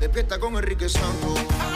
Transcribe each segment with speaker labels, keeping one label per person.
Speaker 1: Despierta con Enrique Santos.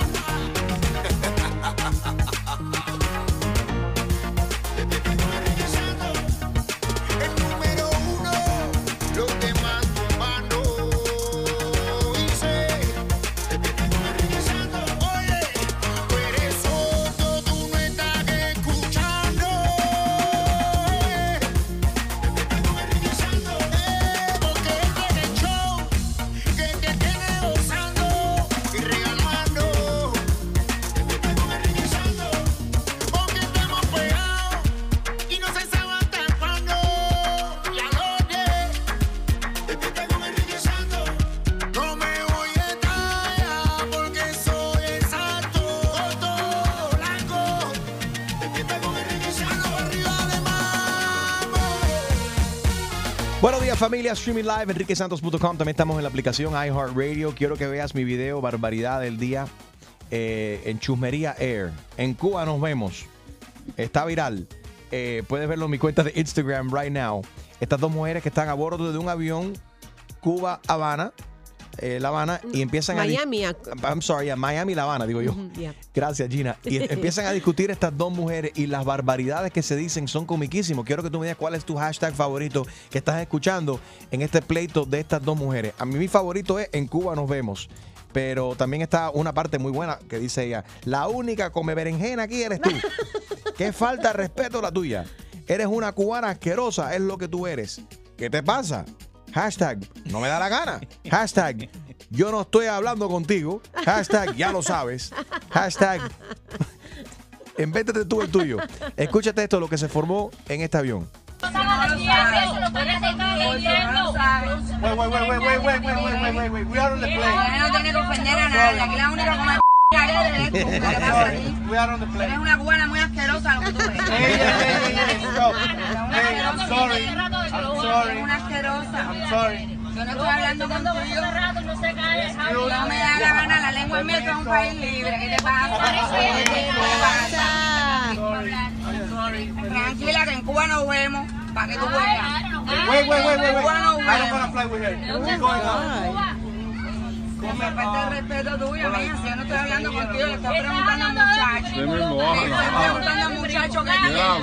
Speaker 2: Buenos días, familia. Streaming live, enriquesantos.com. También estamos en la aplicación iHeartRadio. Quiero que veas mi video Barbaridad del Día en Chusmería Air. En Cuba nos vemos. Está viral. Puedes verlo en mi cuenta de Instagram right now. Estas dos mujeres que están a bordo de un avión Cuba-Habana. La Habana y empiezan
Speaker 3: Miami.
Speaker 2: Miami, La Habana, digo yo.
Speaker 3: Yeah.
Speaker 2: Gracias, Gina. Y empiezan a discutir estas dos mujeres y las barbaridades que se dicen son comiquísimos. Quiero que tú me digas cuál es tu hashtag favorito que estás escuchando en este pleito de estas dos mujeres. A mí mi favorito es En Cuba nos vemos. Pero también está una parte muy buena que dice ella: la única come berenjena aquí eres tú. Qué falta de respeto la tuya. Eres una cubana asquerosa, es lo que tú eres. ¿Qué te pasa? Hashtag, no me da la gana. Hashtag, yo no estoy hablando contigo. Hashtag, ya lo sabes. Hashtag, invéntate tú el tuyo. Escúchate esto, lo que se formó en este avión.
Speaker 4: Wait. We are on the plane.
Speaker 5: No tiene que ofender a nadie. Aquí la única come
Speaker 4: We are on the plane.
Speaker 5: Eres una cubana muy asquerosa lo que tú eres.
Speaker 4: I'm sorry.
Speaker 5: Eres una asquerosa.
Speaker 4: I'm sorry.
Speaker 5: Yo no estoy hablando contigo. No me da la gana, la lengua es mía, esto es un país libre. ¿Qué te pasa? Tranquila, que en Cuba nos vemos. Para que tú veas.
Speaker 4: Wait. I don't want to fly with her. What's going on?
Speaker 5: Me falta el respeto tuyo, mía. Si yo no estoy hablando contigo, le estoy preguntando al muchacho. Le estoy preguntando al muchacho qué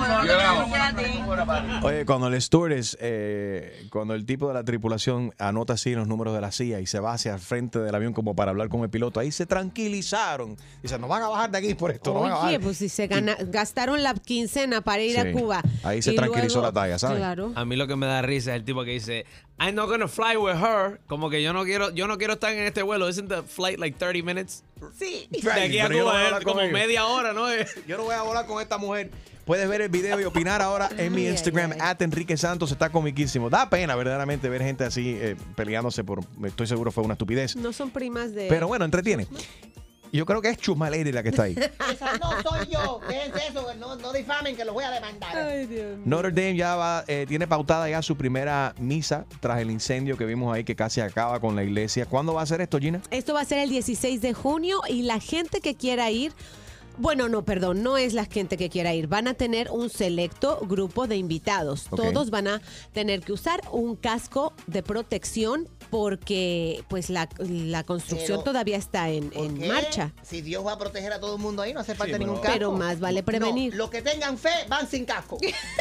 Speaker 5: tiempo.
Speaker 2: Oye, cuando el stewardess, cuando el tipo de la tripulación anota así los números de la CIA y se va hacia el frente del avión como para hablar con el piloto, ahí se tranquilizaron. Dicen, nos van a bajar de aquí por esto.
Speaker 3: Oye, pues si se gastaron la quincena para ir a Cuba.
Speaker 2: Ahí se tranquilizó la talla, ¿sabes?
Speaker 3: Claro.
Speaker 6: A mí lo que me da risa es el tipo que dice, I'm not gonna fly with her. Como que yo no quiero estar en este vuelo. Isn't the flight like 30 minutes?
Speaker 2: Sí.
Speaker 6: De aquí a Cuba es como media hora, ¿no?
Speaker 2: Yo no voy a volar con esta mujer. Puedes ver el video y opinar ahora en mi Instagram, @EnriqueSantos. Está comiquísimo. Da pena verdaderamente ver gente así peleándose por, estoy seguro fue una estupidez.
Speaker 3: No son primas de...
Speaker 2: Pero bueno, entretiene. Yo creo que es Chusma Lady la que está ahí.
Speaker 7: Esa no soy yo. Déjense eso, no difamen que los voy a demandar.
Speaker 3: Ay, Dios mío.
Speaker 2: Notre Dame ya tiene pautada ya su primera misa tras el incendio que vimos ahí que casi acaba con la iglesia. ¿Cuándo va a ser esto, Gina?
Speaker 3: Esto va a ser el 16 de junio y la gente que quiera ir... Bueno, no es la gente que quiera ir. Van a tener un selecto grupo de invitados.
Speaker 2: Okay.
Speaker 3: Todos van a tener que usar un casco de protección porque pues la construcción
Speaker 7: Pero,
Speaker 3: todavía está en marcha.
Speaker 7: Si Dios va a proteger a todo el mundo ahí, no hace falta ningún casco.
Speaker 3: Pero más vale prevenir.
Speaker 7: No, los que tengan fe van sin casco.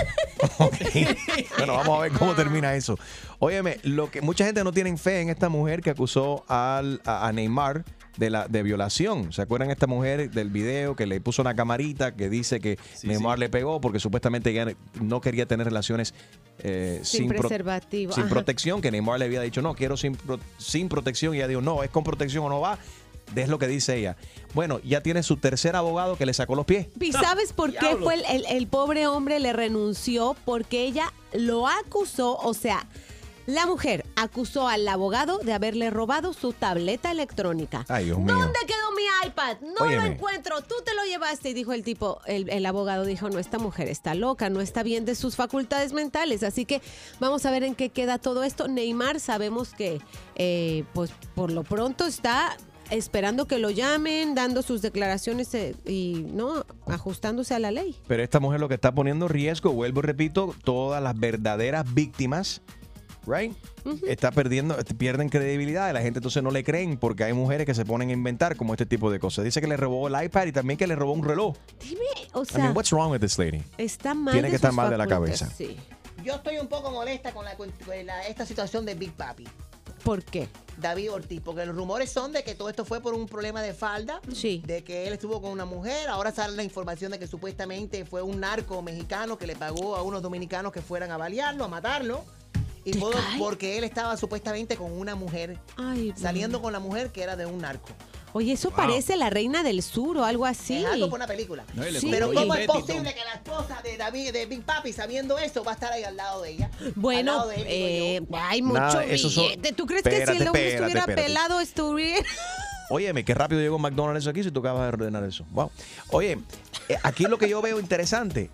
Speaker 2: Okay. Bueno, vamos a ver cómo termina eso. Óyeme, mucha gente no tiene fe en esta mujer que acusó a Neymar de violación. ¿Se acuerdan esta mujer del video que le puso una camarita que dice que Neymar le pegó porque supuestamente ella no quería tener relaciones
Speaker 3: sin preservativo,
Speaker 2: sin protección, que Neymar le había dicho no, quiero sin protección, y ella dijo no, es con protección o no va. Es lo que dice ella. Bueno, ya tiene su tercer abogado que le sacó los pies.
Speaker 3: ¿Y sabes por qué fue el pobre hombre le renunció? Porque ella lo acusó, o sea, la mujer acusó al abogado de haberle robado su tableta electrónica.
Speaker 2: Ay, Dios mío.
Speaker 3: ¿Dónde quedó mi iPad? No
Speaker 2: Óyeme.
Speaker 3: lo encuentro. Tú te lo llevaste. Y dijo el tipo, el abogado dijo, no, esta mujer está loca, no está bien de sus facultades mentales. Así que vamos a ver en qué queda todo esto. Neymar sabemos que, pues por lo pronto está esperando que lo llamen, dando sus declaraciones y no ajustándose a la ley.
Speaker 2: Pero esta mujer lo que está poniendo en riesgo, vuelvo y repito, todas las verdaderas víctimas right? Pierden credibilidad y la gente entonces no le creen porque hay mujeres que se ponen a inventar como este tipo de cosas. Dice que le robó el iPad y también que le robó un reloj.
Speaker 3: Dime, o sea,
Speaker 2: I mean, what's wrong with this lady?
Speaker 3: Está mal.
Speaker 2: Tiene que estar mal de la cabeza.
Speaker 3: Sí.
Speaker 7: Yo estoy un poco molesta con esta situación de Big Papi,
Speaker 3: ¿Por qué?
Speaker 7: David Ortiz, porque los rumores son de que todo esto fue por un problema de falda,
Speaker 3: Sí.
Speaker 7: de que él estuvo con una mujer. Ahora sale la información de que supuestamente fue un narco mexicano que le pagó a unos dominicanos que fueran a balearlo, a matarlo. Y
Speaker 3: ¿Te
Speaker 7: todo
Speaker 3: cae?
Speaker 7: porque él estaba supuestamente con una mujer,
Speaker 3: Ay,
Speaker 7: saliendo con la mujer que era de un narco.
Speaker 3: Oye, eso parece La Reina del Sur o algo así.
Speaker 7: Es algo por una película.
Speaker 1: No, y le
Speaker 3: Sí.
Speaker 7: Pero
Speaker 1: compró
Speaker 7: ¿cómo es
Speaker 1: Jetty y
Speaker 7: posible
Speaker 1: todo.
Speaker 7: que la esposa de David, de Big Papi, sabiendo eso, va a estar ahí al lado de ella? Al
Speaker 3: Bueno,
Speaker 7: lado de él, digo yo.
Speaker 3: hay mucho
Speaker 2: Nada, esos son-
Speaker 3: billete. ¿Tú crees que si
Speaker 2: Espérate,
Speaker 3: el hombre
Speaker 2: espérate,
Speaker 3: estuviera
Speaker 2: espérate.
Speaker 3: pelado, estuviera...?
Speaker 2: Óyeme, qué rápido llegó McDonald's aquí si tú acabas de ordenar eso. Wow. Oye, aquí lo que yo veo interesante,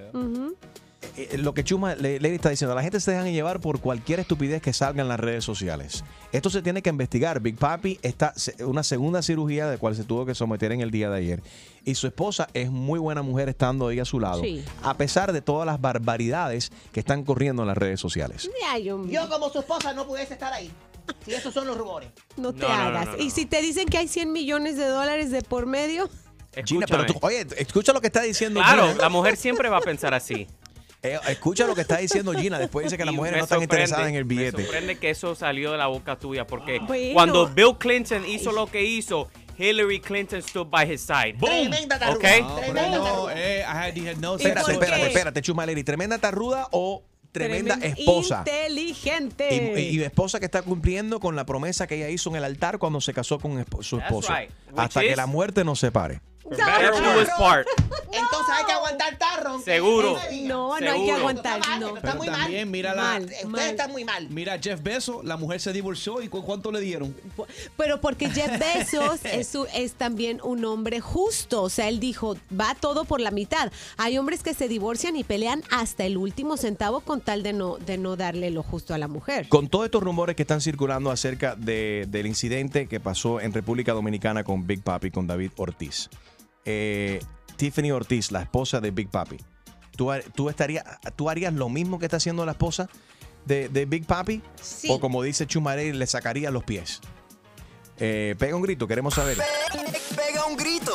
Speaker 2: lo que Chuma Lady está diciendo, la gente se dejan llevar por cualquier estupidez que salga en las redes sociales. Esto se tiene que investigar. Big Papi está una segunda cirugía de cual se tuvo que someter en el día de ayer. Y su esposa es muy buena mujer estando ahí a su lado,
Speaker 3: Sí.
Speaker 2: a pesar de todas las barbaridades que están corriendo en las redes sociales.
Speaker 3: Ay, hombre,
Speaker 7: Yo como su esposa no pudiese estar ahí. Si esos son los rumores.
Speaker 3: no te
Speaker 6: No, no, no,
Speaker 3: hagas.
Speaker 6: no, no.
Speaker 3: Y si te dicen que hay 100 millones de dólares de por medio,
Speaker 2: Gina, pero tú, oye, escucha lo que está diciendo
Speaker 8: Claro,
Speaker 2: Gina.
Speaker 8: la mujer siempre va a pensar así.
Speaker 2: Escucha lo que está diciendo Gina. Después dice que las
Speaker 8: Y
Speaker 2: mujeres
Speaker 8: me
Speaker 2: no están
Speaker 8: sorprende,
Speaker 2: interesadas en el billete.
Speaker 8: Me sorprende que eso salió de la boca tuya, porque
Speaker 3: Bueno.
Speaker 8: cuando Bill Clinton hizo lo que hizo, Hillary Clinton stood by his side.
Speaker 7: Tremenda tarruga.
Speaker 8: Okay.
Speaker 1: No, pero
Speaker 7: Tremenda
Speaker 1: no,
Speaker 7: tarruga.
Speaker 1: I had no
Speaker 2: Espérate,
Speaker 3: ¿por qué?
Speaker 2: espérate, Chumaleri. ¿Tremenda tarruda o tremenda esposa?
Speaker 3: Inteligente.
Speaker 2: Y esposa que está cumpliendo con la promesa que ella hizo en el altar cuando se casó con su
Speaker 8: That's
Speaker 2: esposo.
Speaker 8: right.
Speaker 2: Hasta
Speaker 8: Which
Speaker 2: que
Speaker 8: is-
Speaker 2: la muerte nos separe.
Speaker 8: Better do his part.
Speaker 7: Entonces hay que aguantar tarro. aunque
Speaker 8: Seguro.
Speaker 7: él diga.
Speaker 3: No, no hay que
Speaker 8: Seguro.
Speaker 3: aguantar.
Speaker 7: Está mal,
Speaker 3: No.
Speaker 7: pero está
Speaker 1: Pero
Speaker 7: muy
Speaker 1: también,
Speaker 7: mal.
Speaker 1: mira
Speaker 3: Mal.
Speaker 7: Ustedes están muy mal.
Speaker 1: Mira, Jeff Bezos, la mujer se divorció y ¿cuánto le dieron?
Speaker 3: Pero porque Jeff Bezos es también un hombre justo. O sea, él dijo, va todo por la mitad. Hay hombres que se divorcian y pelean hasta el último centavo con tal de no darle lo justo a la mujer.
Speaker 2: Con todos estos rumores que están circulando acerca del incidente que pasó en República Dominicana con Big Papi, con David Ortiz. Tiffany Ortiz, la esposa de Big Papi. ¿Tú harías lo mismo que está haciendo la esposa de Big Papi?
Speaker 3: Sí.
Speaker 2: O como dice Chumaré, le sacaría los pies. Pega un grito, queremos saber.
Speaker 9: Pega un grito.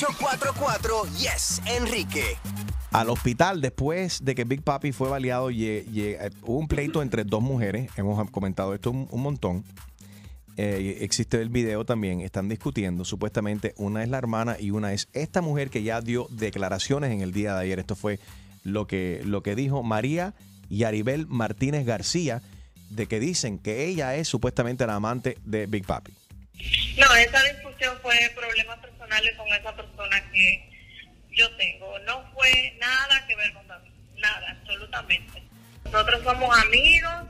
Speaker 9: 844 Enrique.
Speaker 2: Al hospital, después de que Big Papi fue baleado, hubo un pleito entre dos mujeres. Hemos comentado esto un montón. Existe el video también. Están discutiendo. Supuestamente una es la hermana y una es esta mujer que ya dio declaraciones en el día de ayer. Esto fue lo que dijo María Yaribel Martínez García, de que dicen que ella es supuestamente la amante de Big Papi.
Speaker 10: No, esa discusión fue problemas personales con esa persona que yo tengo. No fue nada que ver con David. Nada, absolutamente. Nosotros somos amigos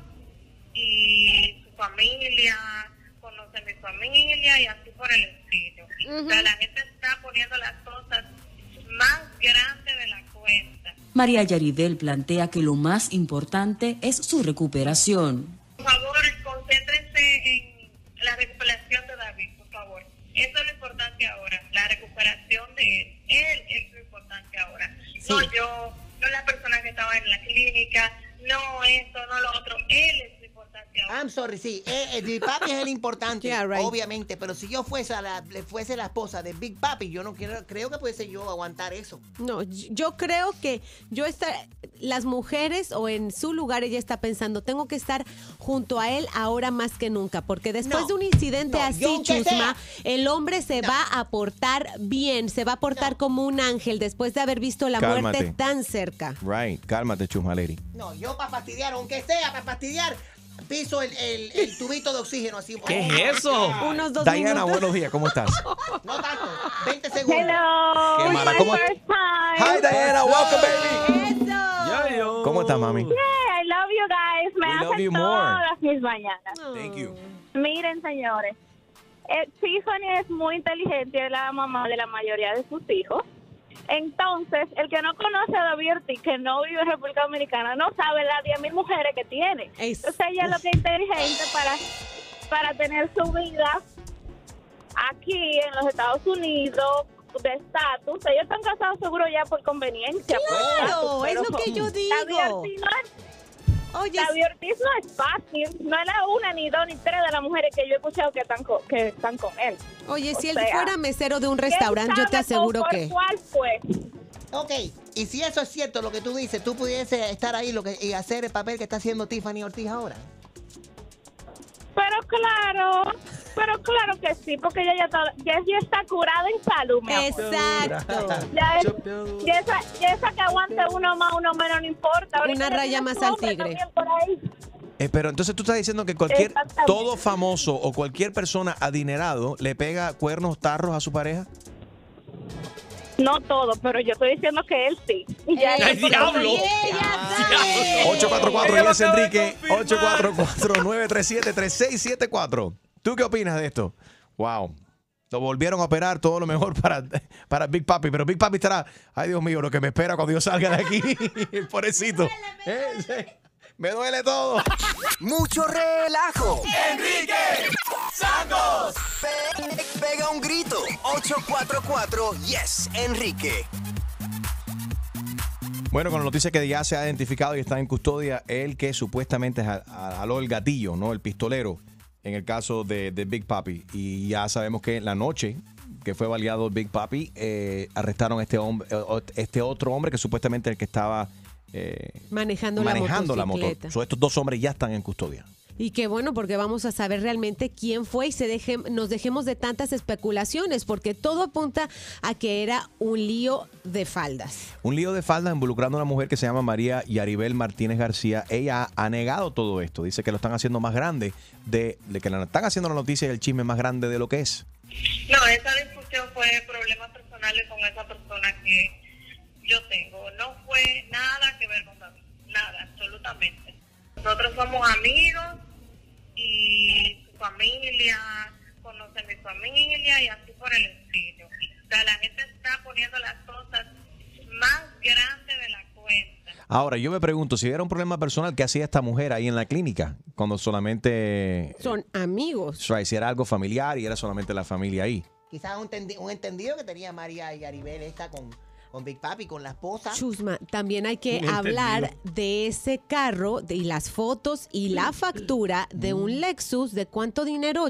Speaker 10: y su familia conoce mi familia y así por el estilo. O sea, la gente está poniendo las cosas más grandes de la cuenta.
Speaker 11: María Yaribel plantea que lo más importante es su recuperación.
Speaker 10: Por favor, concéntrense en la recuperación de David, por favor. Eso es lo importante ahora, la recuperación de él. Él es lo importante ahora. No yo, no la persona que estaba en la clínica, no esto, no lo otro. Él es lo importante ahora.
Speaker 7: I'm sorry, sí. Big Papi es el importante,
Speaker 3: Yeah, right.
Speaker 7: obviamente. Pero si yo fuese la esposa de Big Papi, yo no creo que pudiese yo aguantar eso.
Speaker 3: No, yo creo que las mujeres o en su lugar ella está pensando, tengo que estar junto a él ahora más que nunca, porque después
Speaker 7: No,
Speaker 3: de un incidente
Speaker 7: no,
Speaker 3: así,
Speaker 7: yo aunque
Speaker 3: Chusma,
Speaker 7: sea.
Speaker 3: el hombre se va a portar bien, se va a portar como un ángel después de haber visto la
Speaker 2: Cálmate.
Speaker 3: muerte tan cerca.
Speaker 2: Right, cálmate, Chumaleri.
Speaker 7: No, yo para fastidiar, aunque sea para fastidiar, piso el tubito de oxígeno así.
Speaker 6: ¿Qué es eso?
Speaker 3: Unos 2
Speaker 2: Diana,
Speaker 3: minutos.
Speaker 2: buenos días, ¿cómo estás?
Speaker 7: No tanto, 20 segundos.
Speaker 10: Hello.
Speaker 2: Qué mala, ¿cómo-
Speaker 10: First time.
Speaker 2: Hi, Diana, welcome, baby.
Speaker 3: ¡Eso!
Speaker 2: ¿Cómo estás, mami?
Speaker 10: Yeah, I love you guys. Me
Speaker 2: We love
Speaker 10: hacen
Speaker 2: you more.
Speaker 10: todas mis mañanas.
Speaker 2: Thank you.
Speaker 10: Miren, señores, Tiffany es muy inteligente, es la mamá de la mayoría de sus hijos. Entonces, el que no conoce a David Ortiz, que no vive en República Dominicana, no sabe las 10,000 mujeres que tiene. Entonces, ella es lo que es inteligente para tener su vida aquí en los Estados Unidos de estatus. Ellos están casados seguro ya por conveniencia. por
Speaker 3: Claro,
Speaker 10: estatus,
Speaker 3: es
Speaker 10: pero
Speaker 3: lo que yo
Speaker 10: David
Speaker 3: digo.
Speaker 10: Ortiz
Speaker 3: Oye,
Speaker 12: Gaby Ortiz no es fácil. No es la una, ni dos, ni tres de las mujeres que yo he escuchado que están con él.
Speaker 3: Oye, si
Speaker 12: O
Speaker 3: él
Speaker 12: sea,
Speaker 3: fuera mesero de un restaurante, yo te aseguro que...
Speaker 12: ¿Cuál fue?
Speaker 7: Ok, y si eso es cierto lo que tú dices, tú pudieses estar ahí y hacer el papel que está haciendo Tiffany Ortiz ahora.
Speaker 12: Pero claro que sí, porque ella ya está curada en salud, mi amor.
Speaker 3: Exacto.
Speaker 12: Ya esa que aguante uno más, uno menos, no importa. Ahorita
Speaker 3: Una
Speaker 12: ya
Speaker 3: raya
Speaker 12: tiene
Speaker 3: más
Speaker 12: su
Speaker 3: al
Speaker 12: hombre
Speaker 3: tigre.
Speaker 12: también por ahí.
Speaker 2: Pero entonces tú estás diciendo que todo famoso o cualquier persona adinerado le pega cuernos tarros a su pareja.
Speaker 12: No todo, pero yo estoy diciendo que él sí.
Speaker 6: ¡Ay, diablo!
Speaker 2: 844 Yes Enrique, 844-937-3674. ¿Tú qué opinas de esto? Wow. Lo volvieron a operar, todo lo mejor para Big Papi, pero Big Papi estará, ay Dios mío, lo que me espera cuando yo salga de aquí. Pobrecito. Me duele todo.
Speaker 9: Mucho relajo.
Speaker 4: Enrique Santos.
Speaker 9: Pega un grito. 844 Yes Enrique.
Speaker 2: Bueno, con la noticia que ya se ha identificado y está en custodia el que supuestamente jaló el gatillo, ¿no? El pistolero, en el caso de Big Papi. Y ya sabemos que la noche que fue baleado Big Papi, arrestaron a este otro hombre que supuestamente el que estaba
Speaker 3: manejando la
Speaker 2: moto. Estos dos hombres ya están en custodia.
Speaker 3: Y qué bueno, porque vamos a saber realmente quién fue y nos dejemos de tantas especulaciones, porque todo apunta a que era un lío de faldas.
Speaker 2: Un lío de faldas involucrando a una mujer que se llama María Yaribel Martínez García. Ella ha negado todo esto. Dice que lo están haciendo más grande, de que le están haciendo la noticia y el chisme más grande de lo que es.
Speaker 10: No, esa discusión fue problemas personales con esa persona que yo tengo. No fue nada que ver con David. Nada, absolutamente. Nosotros somos amigos y su familia conoce mi familia y así por el estilo. O sea, la gente está poniendo las cosas más grandes de la cuenta.
Speaker 2: Ahora, yo me pregunto, si era un problema personal, ¿qué hacía esta mujer ahí en la clínica? Cuando solamente...
Speaker 3: Son amigos.
Speaker 2: Si era algo familiar y era solamente la familia ahí.
Speaker 7: Quizás un entendido que tenía María Yaribel esta con Big Papi, con la esposa.
Speaker 3: Chusma, también hay que hablar de ese carro y las fotos y la factura de un Lexus. ¿De cuánto dinero?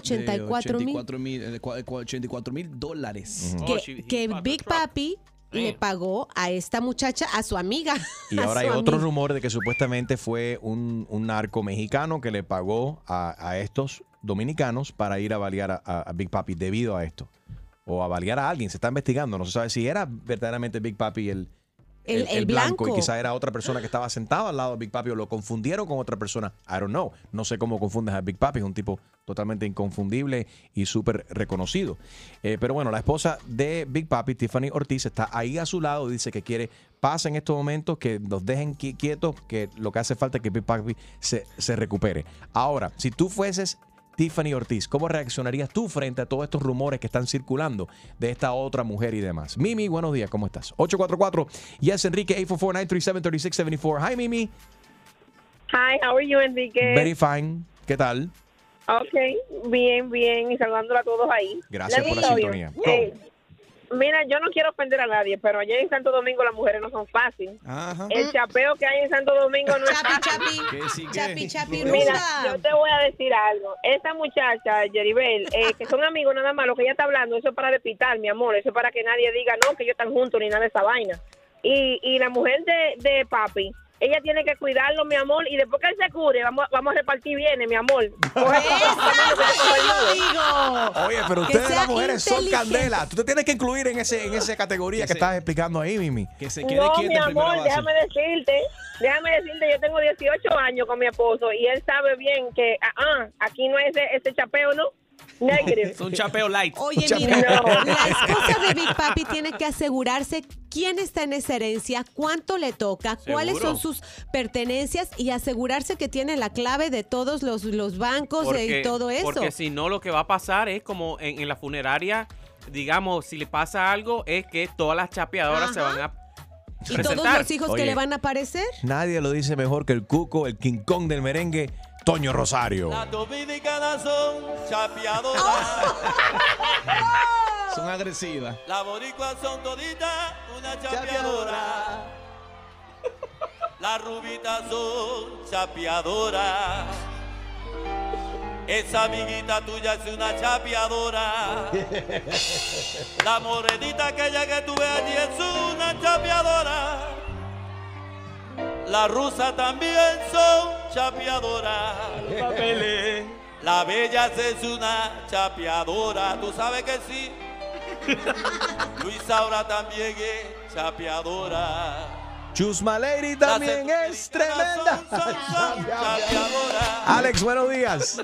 Speaker 1: 84 mil dólares.
Speaker 3: Que Big Papi le pagó a esta muchacha, a su amiga.
Speaker 2: Y ahora hay otro rumor de que supuestamente fue un narco mexicano que le pagó a estos dominicanos para ir a balear a Big Papi debido a esto. O a balear a alguien. Se está investigando. No se sabe si era verdaderamente Big Papi el blanco. Y quizá era otra persona que estaba sentada al lado de Big Papi o lo confundieron con otra persona. I don't know. No sé cómo confundes a Big Papi. Es un tipo totalmente inconfundible y súper reconocido. Pero bueno, la esposa de Big Papi, Tiffany Ortiz, está ahí a su lado. Dice que quiere paz en estos momentos, que los dejen quietos, que lo que hace falta es que Big Papi se recupere. Ahora, si tú fueses Tiffany Ortiz, ¿cómo reaccionarías tú frente a todos estos rumores que están circulando de esta otra mujer y demás? Mimi, buenos días, ¿cómo estás? 844 Yes Enrique, 844-937-3674. Hi, Mimi.
Speaker 12: Hi, how are you, Enrique?
Speaker 2: Very fine. ¿Qué tal?
Speaker 12: Okay, bien, y saludándola a todos ahí.
Speaker 2: Gracias por la sintonía.
Speaker 12: Mira, yo no quiero ofender a nadie, pero allá en Santo Domingo las mujeres no son fáciles.
Speaker 1: Ajá.
Speaker 12: El chapeo que hay en Santo Domingo no es fácil.
Speaker 3: Chapi,
Speaker 12: Mira, yo te voy a decir algo. Esta muchacha, Yaribel, que son amigos nada más, lo que ella está hablando, eso es para despitar, mi amor. Eso es para que nadie diga, no, que ellos están juntos ni nada de esa vaina. Y la mujer de Papi, ella tiene que cuidarlo, mi amor, y después que él se cure, vamos a repartir bienes, mi amor.
Speaker 2: Oye, pero ustedes las mujeres son candela. Tú te tienes que incluir en esa categoría que estás explicando ahí, Mimi.
Speaker 1: Que se quede
Speaker 12: no,
Speaker 1: quieta
Speaker 12: mi
Speaker 1: en primera
Speaker 12: amor,
Speaker 1: base.
Speaker 12: déjame decirte, yo tengo 18 años con mi esposo y él sabe bien que aquí no es ese chapeo, ¿no? Negative.
Speaker 6: Es un chapeo light.
Speaker 3: Oye, mira, la esposa de Big Papi tiene que asegurarse quién está en esa herencia, cuánto le toca, cuáles son sus pertenencias y asegurarse que tiene la clave de todos los bancos y todo eso.
Speaker 8: Porque si no, lo que va a pasar es como en la funeraria, digamos, si le pasa algo, es que todas las chapeadoras se van a
Speaker 3: ¿Y
Speaker 8: presentar.
Speaker 3: todos los hijos
Speaker 2: Oye,
Speaker 3: que le van a aparecer?
Speaker 2: Nadie lo dice mejor que el cuco, el King Kong del merengue, Toño Rosario.
Speaker 4: Las dominicanas son chapeadoras.
Speaker 1: Son agresivas.
Speaker 4: Las boricuas son toditas una chapeadora.
Speaker 13: Las rubitas son chapeadoras. Esa amiguita tuya es una chapeadora. La morenita aquella que tú ves allí es una chapeadora. Las rusas también son chapeadoras. La bella es una chapeadora. ¿Tú sabes que sí? Luisa ahora también es chapeadora.
Speaker 2: Chusma Lady también es tremenda. Alex, buenos días.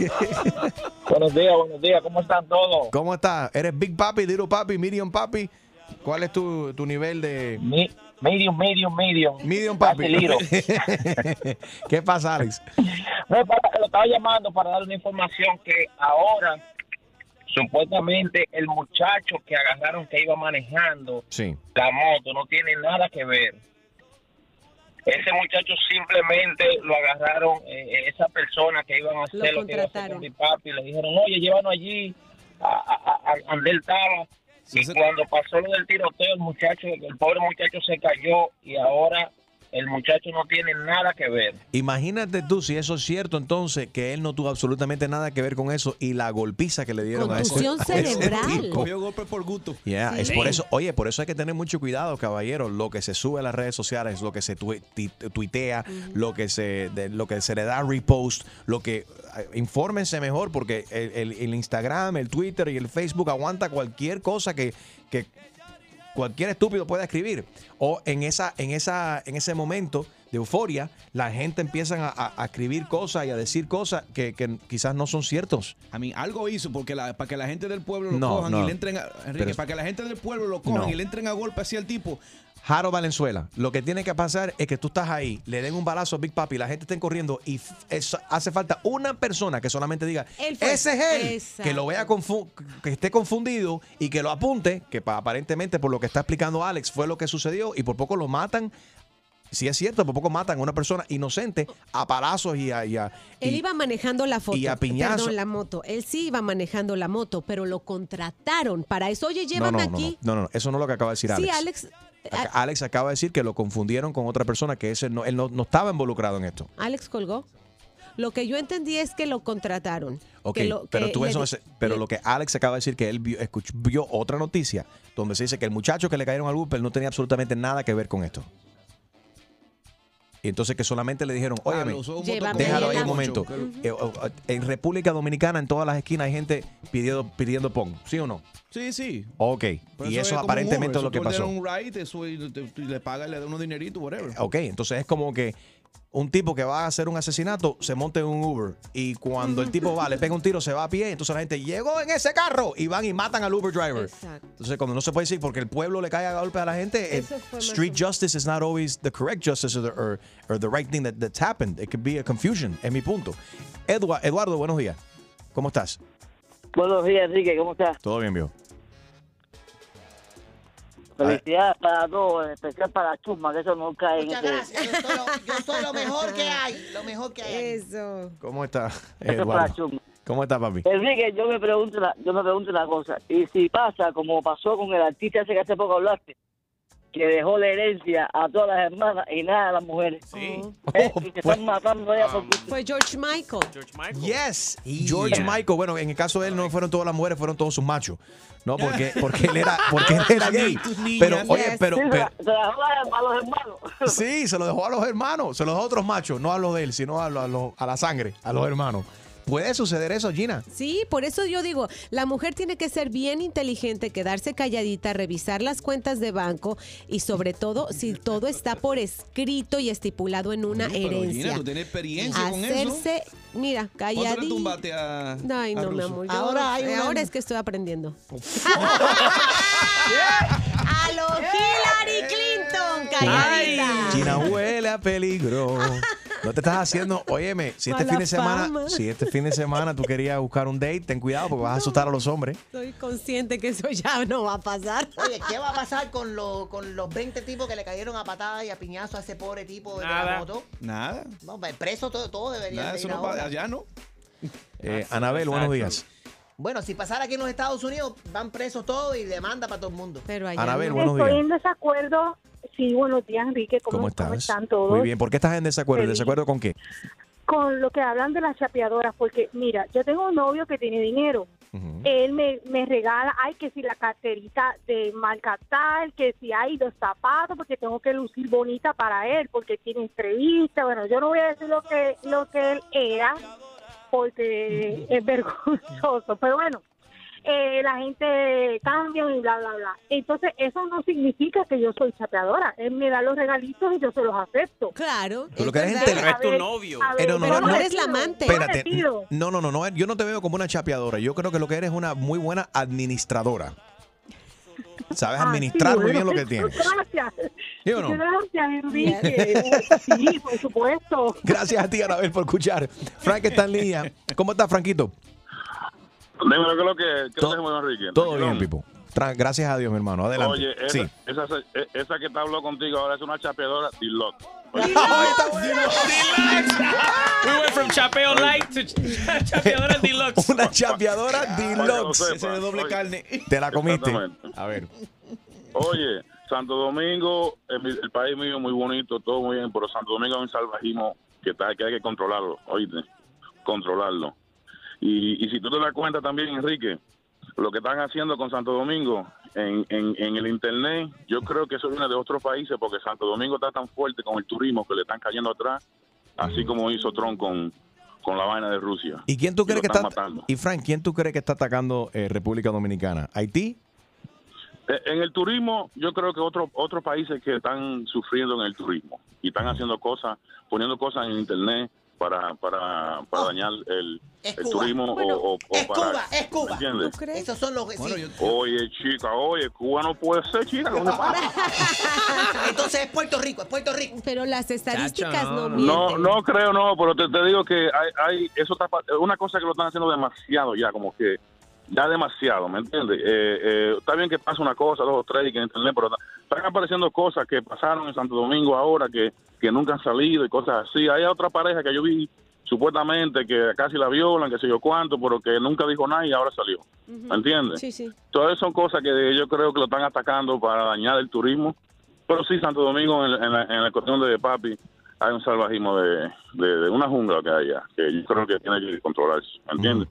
Speaker 14: Buenos días, ¿cómo están todos?
Speaker 2: ¿Cómo estás? ¿Eres Big Papi, Little Papi, Medium Papi? ¿Cuál es tu nivel de...?
Speaker 14: Medium.
Speaker 2: Medium Papi. ¿Qué pasa, Alex?
Speaker 14: Lo estaba llamando para dar una información que ahora, supuestamente, el muchacho que agarraron que iba manejando la moto no tiene nada que ver. Ese muchacho simplemente lo agarraron, esa persona que iban a hacer lo que iba a hacer con mi papi, le dijeron, oye, llévanos allí a donde él estaba. Y cuando pasó lo del tiroteo, el pobre muchacho se cayó y ahora el muchacho no tiene nada que ver.
Speaker 2: Imagínate tú si eso es cierto, entonces, que él no tuvo absolutamente nada que ver con eso y la golpiza que le dieron a ese
Speaker 3: cerebral.
Speaker 1: Cogió golpe por gusto.
Speaker 2: Es por eso, por eso hay que tener mucho cuidado, caballero. Lo que se sube a las redes sociales, lo que se tuitea, lo que se le da repost, infórmense mejor porque el Instagram, el Twitter y el Facebook aguanta cualquier cosa que cualquier estúpido pueda escribir. O en ese momento de euforia, la gente empieza a escribir cosas y a decir cosas que quizás no son ciertos.
Speaker 1: A mí algo hizo porque para que la gente del pueblo lo cojan y le entren a, Enrique, para que la gente del pueblo lo cojan y le entren a golpe así al tipo.
Speaker 2: Jaro Valenzuela, lo que tiene que pasar es que tú estás ahí, le den un balazo a Big Papi, la gente esté corriendo y hace falta una persona que solamente diga, ese es él,
Speaker 3: Exacto.
Speaker 2: que lo vea que esté confundido y que lo apunte, que aparentemente por lo que está explicando Alex fue lo que sucedió y por poco lo matan. Si es cierto, por poco matan a una persona inocente a palazos
Speaker 3: Él iba manejando la
Speaker 2: la
Speaker 3: moto. Él sí iba manejando la moto, pero lo contrataron para eso. Oye, llévame aquí.
Speaker 2: No, eso no es lo que acaba de decir Alex.
Speaker 3: Sí, Alex.
Speaker 2: Alex acaba de decir que lo confundieron con otra persona, que él no estaba involucrado en esto.
Speaker 3: Alex colgó. Lo que yo entendí es que lo contrataron.
Speaker 2: Ok, pero lo que Alex acaba de decir, que él vio otra noticia donde se dice que el muchacho que le cayeron al Uber no tenía absolutamente nada que ver con esto. Y entonces que solamente le dijeron, óyeme, déjalo ahí un momento. En República Dominicana, en todas las esquinas hay gente pidiendo pon, ¿sí o no?
Speaker 1: Sí.
Speaker 2: Ok, y eso aparentemente es lo que pasó.
Speaker 1: Un ride, y le paga y le da unos dineritos, whatever.
Speaker 2: Ok, entonces es como que un tipo que va a hacer un asesinato se monta en un Uber y cuando el tipo le pega un tiro, se va a pie, entonces la gente llegó en ese carro y van y matan al Uber driver.
Speaker 3: Exacto.
Speaker 2: Entonces cuando no se puede decir porque el pueblo le cae a golpe a la gente, street justice is not always the correct justice or the right thing that's happened. It could be a confusion, es mi punto. Eduardo, buenos días. ¿Cómo estás?
Speaker 15: Buenos días, Enrique, ¿cómo estás?
Speaker 2: Todo bien, viejo.
Speaker 15: Felicidades para todos, en especial para Chusma, que eso no cae
Speaker 7: Muchas
Speaker 15: en
Speaker 7: gracias. Yo soy lo mejor que hay. Lo mejor que hay.
Speaker 3: Eso.
Speaker 2: ¿Cómo estás,
Speaker 15: Eso es para
Speaker 2: Eduardo?
Speaker 15: Chusma.
Speaker 2: ¿Cómo estás, papi?
Speaker 15: Enrique, yo me pregunto una cosa. Y si pasa, como pasó con el artista ese que hace poco hablaste, que dejó la herencia a todas las hermanas y nada a las mujeres.
Speaker 6: Sí.
Speaker 15: Y se están matando ella por...
Speaker 3: Fue George Michael.
Speaker 2: Yes. George Michael, bueno, en el caso de él no fueron todas las mujeres, fueron todos sus machos. No, porque él era gay. Pero, oye, pero
Speaker 15: se la dejó a los hermanos.
Speaker 2: sí, se lo dejó a los hermanos, se lo dejó a otros machos, no a los de él, sino a la sangre, a los hermanos. ¿Puede suceder eso, Gina?
Speaker 3: Sí, por eso yo digo, la mujer tiene que ser bien inteligente, quedarse calladita, revisar las cuentas de banco y sobre todo, si todo está por escrito y estipulado en una herencia.
Speaker 1: Gina, tú tienes experiencia con eso.
Speaker 3: Hacerse, mira, calladita.
Speaker 1: ¿Cuánto le tumbaste a
Speaker 3: Ay, no,
Speaker 1: a
Speaker 3: mi
Speaker 1: Russo?
Speaker 3: amor. Ahora es que estoy aprendiendo. A lo Hillary Clinton, calladita.
Speaker 2: Gina huele a peligro. No te estás haciendo, óyeme, si este fin de semana tú querías buscar un date, ten cuidado porque vas a asustar a los hombres.
Speaker 3: Estoy consciente que eso ya no va a pasar.
Speaker 7: Oye, ¿qué va a pasar con los 20 tipos que le cayeron a patadas y a piñazo a ese pobre tipo de la moto?
Speaker 1: Nada.
Speaker 7: No, preso todo debería
Speaker 1: Nada,
Speaker 7: de
Speaker 1: eso
Speaker 7: ir
Speaker 1: no
Speaker 7: ahora.
Speaker 1: allá no.
Speaker 2: Anabel, buenos días.
Speaker 7: Bueno, si pasara aquí en los Estados Unidos, van presos todos y demanda para todo el mundo.
Speaker 3: Pero
Speaker 2: Anabel, buenos días.
Speaker 16: Estoy en desacuerdo Sí, buenos días, Enrique. ¿Cómo están todos?
Speaker 2: Muy bien. ¿Por qué estás en desacuerdo? ¿En desacuerdo con qué?
Speaker 16: Con lo que hablan de las chapeadoras, porque mira, yo tengo un novio que tiene dinero. Él me regala, que si la carterita de marca tal, que si hay los zapatos, porque tengo que lucir bonita para él, porque tiene entrevista. Bueno, yo no voy a decir lo que él era, porque es vergonzoso, pero bueno. La gente cambia y bla, bla, bla. Entonces, eso no significa que yo soy chapeadora. Él me da los regalitos y yo se los acepto.
Speaker 3: Claro.
Speaker 2: Pero lo que eres
Speaker 8: es tu novio.
Speaker 3: Pero no eres la amante.
Speaker 2: Espérate. No. Yo no te veo como una chapeadora. Yo creo que lo que eres es una muy buena administradora. Sabes administrar muy bien lo que tienes.
Speaker 16: Gracias.
Speaker 2: ¿Sí o no?
Speaker 16: Gracias, Enrique. Sí, por supuesto.
Speaker 2: Gracias a ti, Anabel, por escuchar. Frank está en línea. ¿Cómo estás, Franquito?
Speaker 17: Dime lo que Enrique.
Speaker 2: Todo bien, Pipo. Gracias a Dios, mi hermano. Adelante.
Speaker 17: Oye, esa que te habló contigo ahora es una chapeadora deluxe.
Speaker 6: We went from chapeo light to chapeadora deluxe.
Speaker 2: Una chapeadora deluxe.
Speaker 1: Ese de doble carne.
Speaker 2: Te la comiste. A ver.
Speaker 17: Oye, Santo Domingo, el país mío muy bonito, todo muy bien, pero Santo Domingo es un salvajismo que hay que controlarlo, oíste, controlarlo. Y si tú te das cuenta también, Enrique, lo que están haciendo con Santo Domingo en el internet, yo creo que eso viene de otros países, porque Santo Domingo está tan fuerte con el turismo que le están cayendo atrás, así como hizo Trump con la vaina de Rusia.
Speaker 2: ¿Y quién tú crees que está
Speaker 17: matando?
Speaker 2: Y Frank, ¿quién tú crees que está atacando República Dominicana? ¿Haití?
Speaker 17: En el turismo, yo creo que otros países que están sufriendo en el turismo y están haciendo cosas, poniendo cosas en internet para dañar el turismo o para...
Speaker 7: Es Cuba.
Speaker 17: ¿Entiendes?
Speaker 7: Esos son los...
Speaker 17: Oye, chica, Cuba no puede ser, chica. ¿Dónde pasa?
Speaker 7: Entonces es Puerto Rico.
Speaker 3: Pero las estadísticas no mienten.
Speaker 17: No creo, pero te digo que hay eso está una cosa que lo están haciendo demasiado ya, como que ya demasiado, ¿me entiendes? Está bien que pasa una cosa, 2 o 3 y que en internet, pero están apareciendo cosas que pasaron en Santo Domingo ahora que nunca han salido y cosas así. Hay otra pareja que yo vi supuestamente que casi la violan, que sé yo cuánto, pero que nunca dijo nada y ahora salió. ¿Me entiendes?
Speaker 3: Sí.
Speaker 17: Todas son cosas que yo creo que lo están atacando para dañar el turismo. Pero sí, Santo Domingo, en la cuestión de papi, hay un salvajismo de una jungla que hay allá, que yo creo que tiene que controlarse. ¿Me entiendes?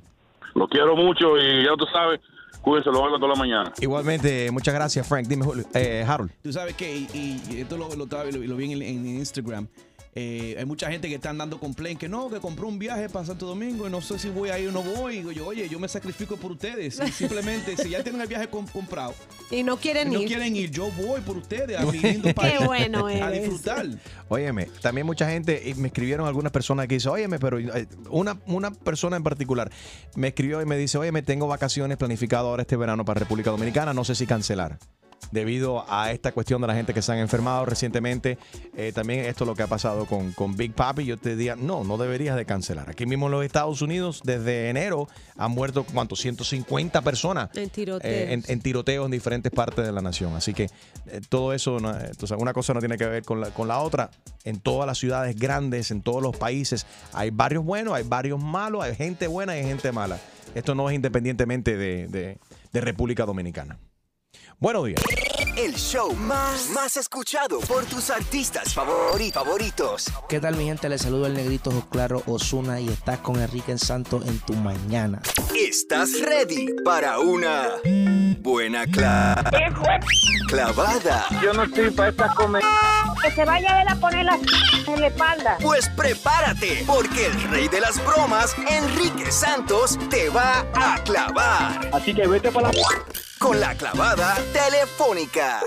Speaker 17: Lo quiero mucho y ya tú sabes, cuídense, lo hago toda la mañana.
Speaker 2: Igualmente, muchas gracias, Frank. Dime, Harold.
Speaker 1: Tú sabes que, y esto lo vi en Instagram, hay mucha gente que están dando complaint que no, que compró un viaje para Santo Domingo y no sé si voy a ir o no voy. Y digo yo, oye, yo me sacrifico por ustedes. Y simplemente, si ya tienen el viaje comprado
Speaker 3: y no quieren ir,
Speaker 1: yo voy por ustedes a mi lindo país.
Speaker 3: Qué bueno eres.
Speaker 1: A disfrutar.
Speaker 2: Óyeme, también mucha gente, me escribieron algunas personas que dicen, óyeme, pero una persona en particular me escribió y me dice, óyeme, tengo vacaciones planificadas ahora este verano para República Dominicana, no sé si cancelar. Debido a esta cuestión de la gente que se han enfermado recientemente, también esto es lo que ha pasado con Big Papi. Yo te diría, no deberías de cancelar. Aquí mismo en los Estados Unidos, desde enero, han muerto, ¿cuántos? 150 personas
Speaker 3: en tiroteos.
Speaker 2: En tiroteos en diferentes partes de la nación. Así que todo eso, una cosa no tiene que ver con la otra. En todas las ciudades grandes, en todos los países, hay barrios buenos, hay barrios malos, hay gente buena y hay gente mala. Esto no es independientemente de República Dominicana. Buenos días.
Speaker 9: El show más escuchado por tus artistas favoritos.
Speaker 18: ¿Qué tal, mi gente? Les saludo el negrito Claro Ozuna y estás con Enrique Santos en tu mañana.
Speaker 9: ¿Estás ready para una buena clavada?
Speaker 5: Yo no estoy para esta comedia. Que se vaya a poner la en la espalda.
Speaker 9: Pues prepárate, porque el rey de las bromas, Enrique Santos, te va a clavar.
Speaker 5: Así que vete para la...
Speaker 9: Con la clavada telefónica.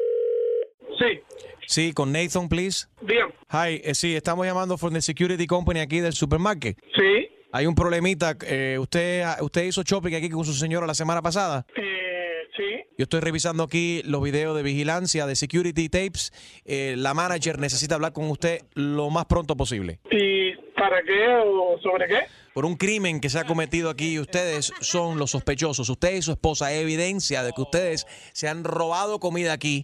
Speaker 2: Sí, con Nathan, please.
Speaker 5: Bien.
Speaker 2: Hi, sí, estamos llamando from the security company aquí del supermarket.
Speaker 5: Sí.
Speaker 2: Hay un problemita. ¿Usted hizo shopping aquí con su señora la semana pasada?
Speaker 5: Sí.
Speaker 2: Yo estoy revisando aquí los videos de vigilancia de security tapes. La manager necesita hablar con usted lo más pronto posible.
Speaker 5: ¿Y para qué o sobre qué?
Speaker 2: Por un crimen que se ha cometido aquí y ustedes son los sospechosos. Usted y su esposa, hay evidencia de que ustedes se han robado comida aquí.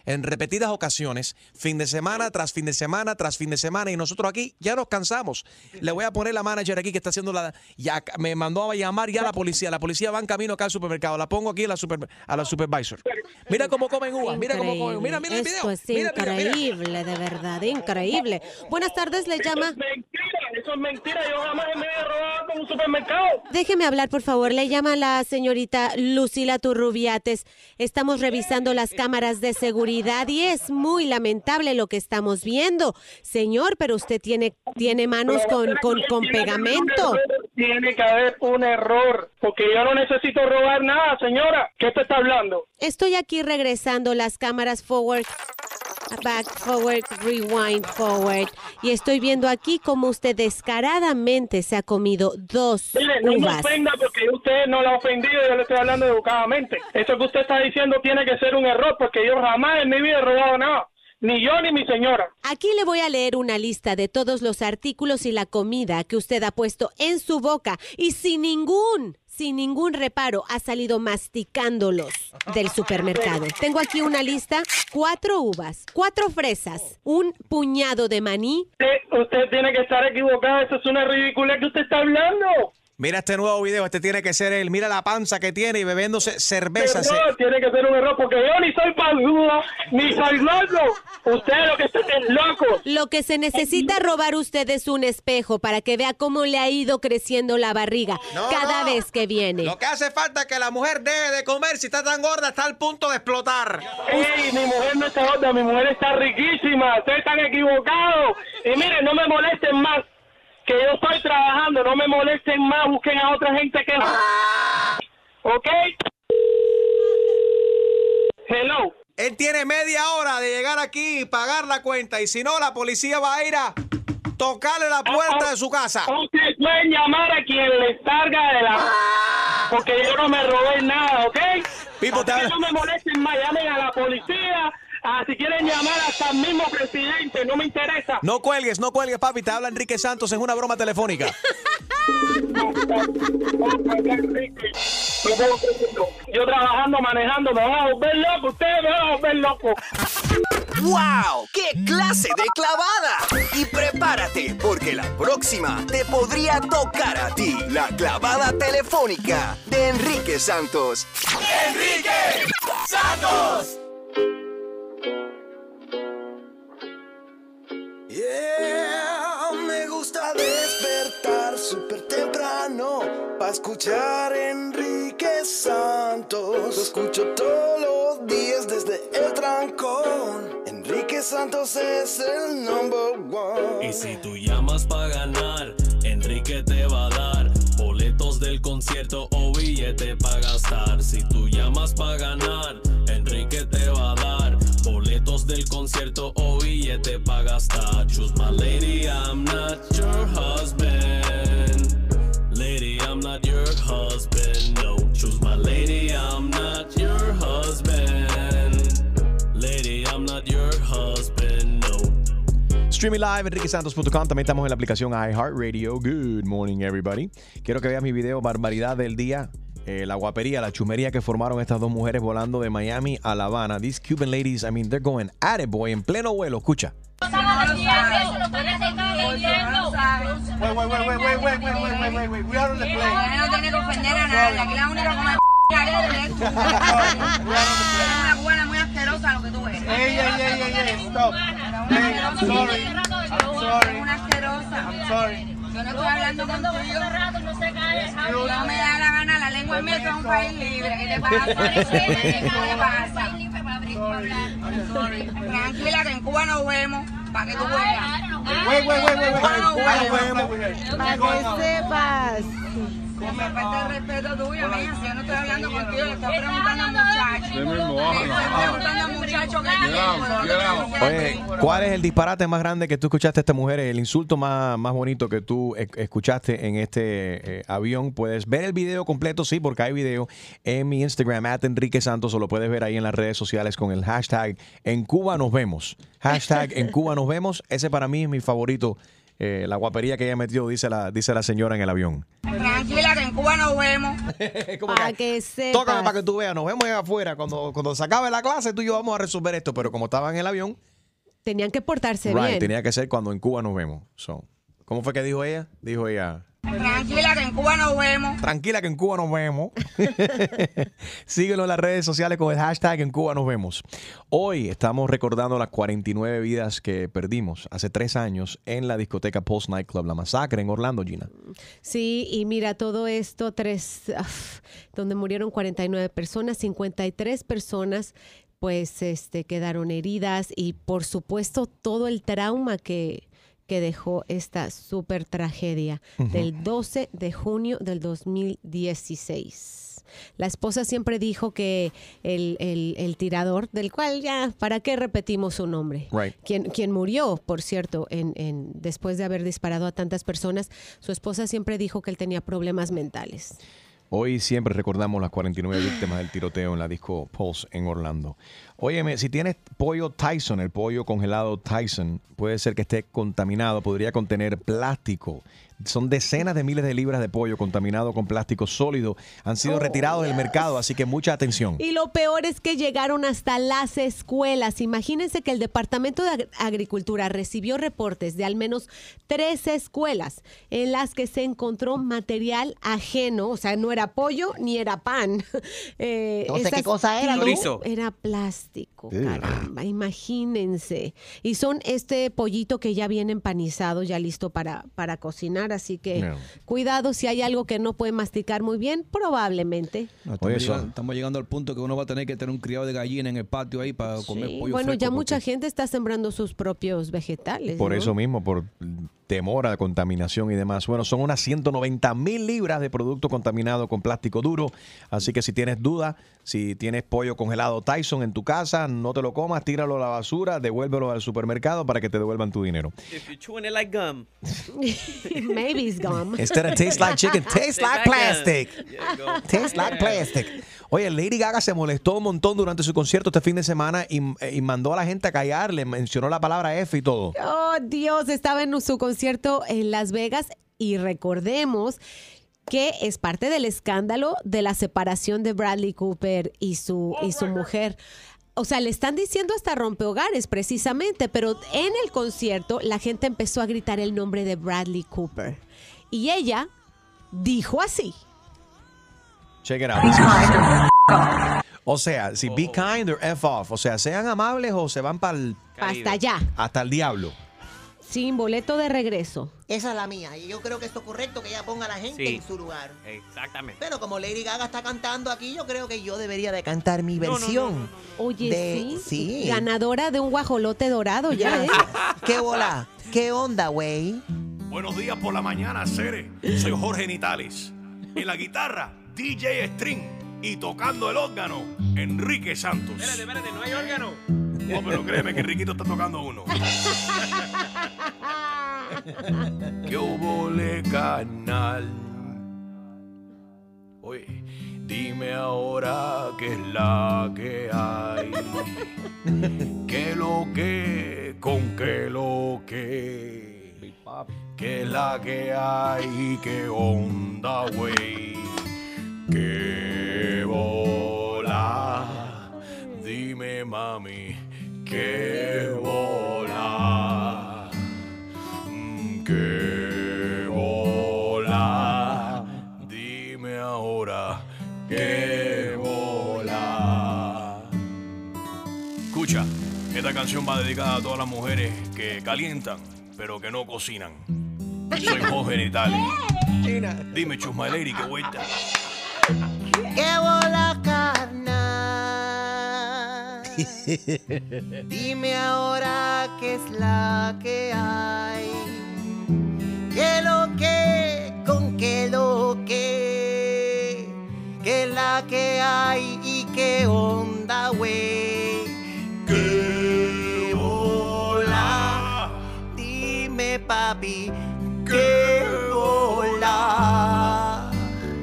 Speaker 2: en repetidas ocasiones, fin de semana tras fin de semana tras fin de semana, y nosotros aquí ya nos cansamos. Le voy a poner la manager aquí que está haciendo ya me mandó a llamar ya la policía va en camino acá al supermercado, la pongo aquí a la supervisor. Mira cómo comen uvas, mira cómo comen, mira el video.
Speaker 3: Esto es increíble, de verdad, increíble. Buenas tardes, le llama.
Speaker 19: Eso es mentira, yo jamás me he robado con un supermercado.
Speaker 3: Déjeme hablar, por favor. Le llama la señorita Lucila Turrubiates. Estamos revisando las cámaras de seguridad y es muy lamentable lo que estamos viendo. Señor, pero usted tiene manos con pegamento.
Speaker 19: Tiene que haber un error, porque yo no necesito robar nada, señora. ¿Qué te está hablando?
Speaker 3: Estoy aquí regresando las cámaras forward, back, forward, rewind, forward. Y estoy viendo aquí cómo usted descaradamente se ha comido 2
Speaker 19: Mire, no me
Speaker 3: uvas.
Speaker 19: ofenda porque usted no la ha ofendido, yo le estoy hablando educadamente. Eso que usted está diciendo tiene que ser un error, porque yo jamás en mi vida he robado nada. Ni yo ni mi señora.
Speaker 3: Aquí le voy a leer una lista de todos los artículos y la comida que usted ha puesto en su boca y sin ningún reparo ha salido masticándolos del supermercado. Tengo aquí una lista: 4 uvas, 4 fresas, un puñado de maní.
Speaker 19: Usted tiene que estar equivocado, eso es una ridiculez que usted está hablando.
Speaker 2: Mira este nuevo video, este tiene que ser él. Mira la panza que tiene y bebiéndose cerveza.
Speaker 19: No, tiene que ser un error porque yo ni soy panzudo, ni soy loco. Usted lo que está es loco.
Speaker 3: Lo que se necesita robar usted es un espejo para que vea cómo le ha ido creciendo la barriga cada vez que viene.
Speaker 2: Lo que hace falta es que la mujer deje de comer. Si está tan gorda, está al punto de explotar.
Speaker 19: Ey, mi mujer no está gorda, mi mujer está riquísima. Ustedes están equivocados. Y miren, no me molesten más, que yo estoy trabajando, no me molesten más, busquen a otra gente que... ¿Ok? Hello.
Speaker 2: Él tiene media hora de llegar aquí y pagar la cuenta, y si no, la policía va a ir a tocarle la puerta de su casa.
Speaker 19: Ustedes pueden llamar a quien les salga de la... porque yo no me robé nada, ¿ok?
Speaker 2: Pipo,
Speaker 19: no me molesten más, llamen a la policía. Si quieren llamar hasta el mismo presidente, no me interesa.
Speaker 2: No cuelgues, papi. Te habla Enrique Santos en una broma telefónica.
Speaker 19: Yo trabajando, manejando, me van a volver loco. Ustedes me van a volver loco.
Speaker 9: ¡Wow! ¡Qué clase de clavada! Y prepárate, porque la próxima te podría tocar a ti. La clavada telefónica de Enrique Santos.
Speaker 4: ¡Enrique Santos!
Speaker 20: Yeah, me gusta despertar súper temprano para escuchar Enrique Santos. Lo escucho todos los días desde el trancón. Enrique Santos es el #1.
Speaker 21: Y si tú llamas para ganar, Enrique te va a dar boletos del concierto o billete para gastar. Si tú llamas para ganar, Enrique te va a dar boletos del concierto o billete para gastar. Choose my lady, I'm not your husband. Lady, I'm not your husband, no. Choose my lady, I'm not your husband. Lady, I'm not your husband, no.
Speaker 2: Streaming live, enriquesantos.com. También estamos en la aplicación iHeartRadio. Good morning, everybody. Quiero que veas mi video Barbaridad del Día. La guapería, la chumería que formaron estas 2 mujeres volando de Miami a La Habana. These Cuban ladies, I mean, they're going at it, boy, en pleno vuelo. Escucha.
Speaker 4: Wait. We are on the plane.
Speaker 5: No tiene que ofender a nadie. Aquí la única como eres tú. Una cubana muy asquerosa lo que tú eres.
Speaker 4: Hey, stop. Hey, I'm sorry.
Speaker 5: Una asquerosa.
Speaker 4: I'm sorry.
Speaker 5: Yo no estoy hablando contigo. No me da la gana, la lengua es mía, esto es un país libre. ¿Qué te pasa? ¿Qué te pasa? Tranquila, que en Cuba nos vemos, para que tú veas.
Speaker 4: Wait.
Speaker 5: Para que sepas. Me falta el respeto tuyo, mía. Si yo no estoy hablando contigo, le estoy preguntando al muchacho. Le estoy preguntando al muchacho que
Speaker 2: Oye, ¿cuál es el disparate más grande que tú escuchaste a esta mujer? El insulto más bonito que tú escuchaste en este avión. Puedes ver el video completo, sí, porque hay video en mi Instagram, @Enrique Santos, o lo puedes ver ahí en las redes sociales con el hashtag En Cuba Nos Vemos. Hashtag En Cuba Nos Vemos. Ese para mí es mi favorito. La guapería que ella metió, dice la señora en el avión.
Speaker 5: Tranquila, que en Cuba nos vemos.
Speaker 3: Para que sepas.
Speaker 2: Tócame para que tú veas. Nos vemos allá afuera. Cuando se acabe la clase, tú y yo vamos a resolver esto. Pero como estaba en el avión,
Speaker 3: Tenían que portarse bien.
Speaker 2: tenía que ser cuando en Cuba nos vemos. So, ¿cómo fue que dijo ella? Dijo ella...
Speaker 5: Tranquila que en Cuba nos vemos.
Speaker 2: Tranquila que en Cuba nos vemos. Síguenos en las redes sociales con el hashtag en Cuba nos vemos. Hoy estamos recordando las 49 vidas que perdimos hace 3 años en la discoteca Pulse Nightclub, la masacre en Orlando, Gina.
Speaker 3: Sí, y mira, todo esto, donde murieron 49 personas, 53 personas pues quedaron heridas y por supuesto todo el trauma que dejó esta súper tragedia del 12 de junio del 2016. La esposa siempre dijo que el tirador, del cual ya, ¿para qué repetimos su nombre?
Speaker 2: Right.
Speaker 3: Quien murió, por cierto, después de haber disparado a tantas personas, su esposa siempre dijo que él tenía problemas mentales.
Speaker 2: Hoy siempre recordamos las 49 víctimas del tiroteo en la disco Pulse en Orlando. Óyeme, si tienes pollo Tyson, el pollo congelado Tyson, puede ser que esté contaminado, podría contener plástico. Son decenas de miles de libras de pollo contaminado con plástico sólido. Han sido retirados del mercado, así que mucha atención.
Speaker 3: Y lo peor es que llegaron hasta las escuelas. Imagínense que el Departamento de Agricultura recibió reportes de al menos 3 escuelas en las que se encontró material ajeno. O sea, no era pollo ni era pan.
Speaker 7: No sé qué cosa era, ¿no?
Speaker 3: Era plástico, caramba. Imagínense. Y son este pollito que ya viene empanizado, ya listo para cocinar. Así que cuidado, si hay algo que no puede masticar muy bien, probablemente.
Speaker 1: Estamos llegando al punto que uno va a tener que tener un criado de gallina en el patio ahí para comer pollo
Speaker 3: bueno,
Speaker 1: fresco,
Speaker 3: ya mucha gente está sembrando sus propios vegetales.
Speaker 2: Por
Speaker 3: ¿no?
Speaker 2: eso mismo, por temor a contaminación y demás. Bueno, son unas 190,000 libras de producto contaminado con plástico duro. Así que si tienes duda, si tienes pollo congelado Tyson en tu casa, no te lo comas, tíralo a la basura, devuélvelo al supermercado para que te devuelvan tu dinero.
Speaker 8: If you're chewing it like gum.
Speaker 3: Maybe it's gum.
Speaker 2: Instead of taste like chicken, taste like plastic. Taste like plastic. Oye, Lady Gaga se molestó un montón durante su concierto este fin de semana y mandó a la gente a callar, le mencionó la palabra F y todo.
Speaker 3: Oh, Dios, estaba en su concierto en Las Vegas y recordemos que es parte del escándalo de la separación de Bradley Cooper y su mujer. O sea, le están diciendo hasta rompehogares precisamente, pero en el concierto la gente empezó a gritar el nombre de Bradley Cooper. Y ella dijo así.
Speaker 2: Check it out. O sea, si be kind or F off. O sea, sean amables o se van para
Speaker 3: hasta allá.
Speaker 2: Hasta el diablo.
Speaker 3: Sin boleto de regreso.
Speaker 7: Esa es la mía. Y yo creo que esto es correcto, que ella ponga a la gente en su lugar.
Speaker 8: Exactamente.
Speaker 7: Pero como Lady Gaga está cantando aquí, yo creo que yo debería de cantar mi versión.
Speaker 3: Oye, sí. Ganadora de un guajolote dorado ya, ¿eh?
Speaker 7: ¿Qué bola? ¿Qué onda, güey?
Speaker 11: Buenos días por la mañana, Cere. Soy Jorge Nitales. En la guitarra, DJ String. Y tocando el órgano, Enrique Santos.
Speaker 8: Espérate, no hay órgano.
Speaker 11: No, pero créeme que Enriquito está tocando uno. ¡Qué obole, canal! Oye, dime ahora qué es la que hay. ¿Qué lo que? ¿Con qué lo que? ¿Qué es la que hay? ¿Qué onda, güey? ¡Qué bola! Dime, mami, ¡qué bola! ¡Qué bola! Dime ahora, ¡qué bola! Escucha, esta canción va dedicada a todas las mujeres que calientan, pero que no cocinan. Soy Jorge Nitales. Dime, Chusma Lady, qué vuelta.
Speaker 7: ¡Qué bola, carnal! Dime ahora qué es la que hay. ¿Qué lo que? ¿Con qué lo que? ¿Qué es la que hay y qué onda, güey? ¡Qué bola! Dime, papi, ¿qué bola?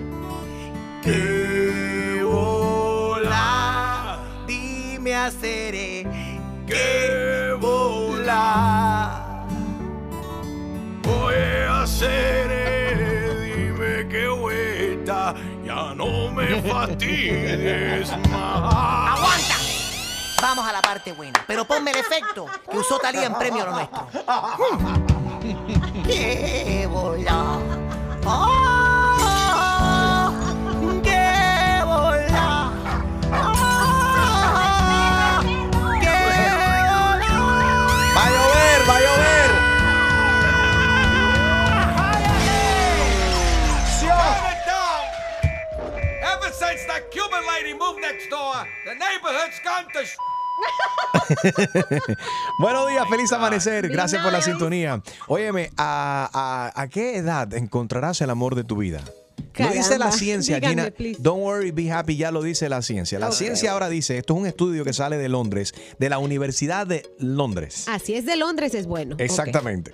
Speaker 7: ¡Qué bola! Dime a Cere, ¡qué bola!
Speaker 11: Oye, a Cere, dime qué vuelta. mamacita, ya no me fastigues más.
Speaker 7: ¡Aguanta! Vamos a la parte buena, pero ponme el efecto que usó Talía en Premio a lo Nuestro. ¡Qué bola! ¡Oh! ¡Qué bola! ¡Oh! ¡Qué bola!
Speaker 2: ¡Va a llover, va a llover!
Speaker 10: Ever since that Cuban lady moved next door, the neighborhood's gone to
Speaker 2: Buenos días, feliz amanecer. Gracias por la sintonía. Óyeme, ¿a qué edad encontrarás el amor de tu vida? Lo dice la ciencia,
Speaker 3: díganme,
Speaker 2: Gina.
Speaker 3: please.
Speaker 2: Don't worry, be happy, ya lo dice la ciencia. La ciencia ahora dice, esto es un estudio que sale de Londres, de la Universidad de Londres.
Speaker 3: Así es, de Londres es bueno.
Speaker 2: Exactamente.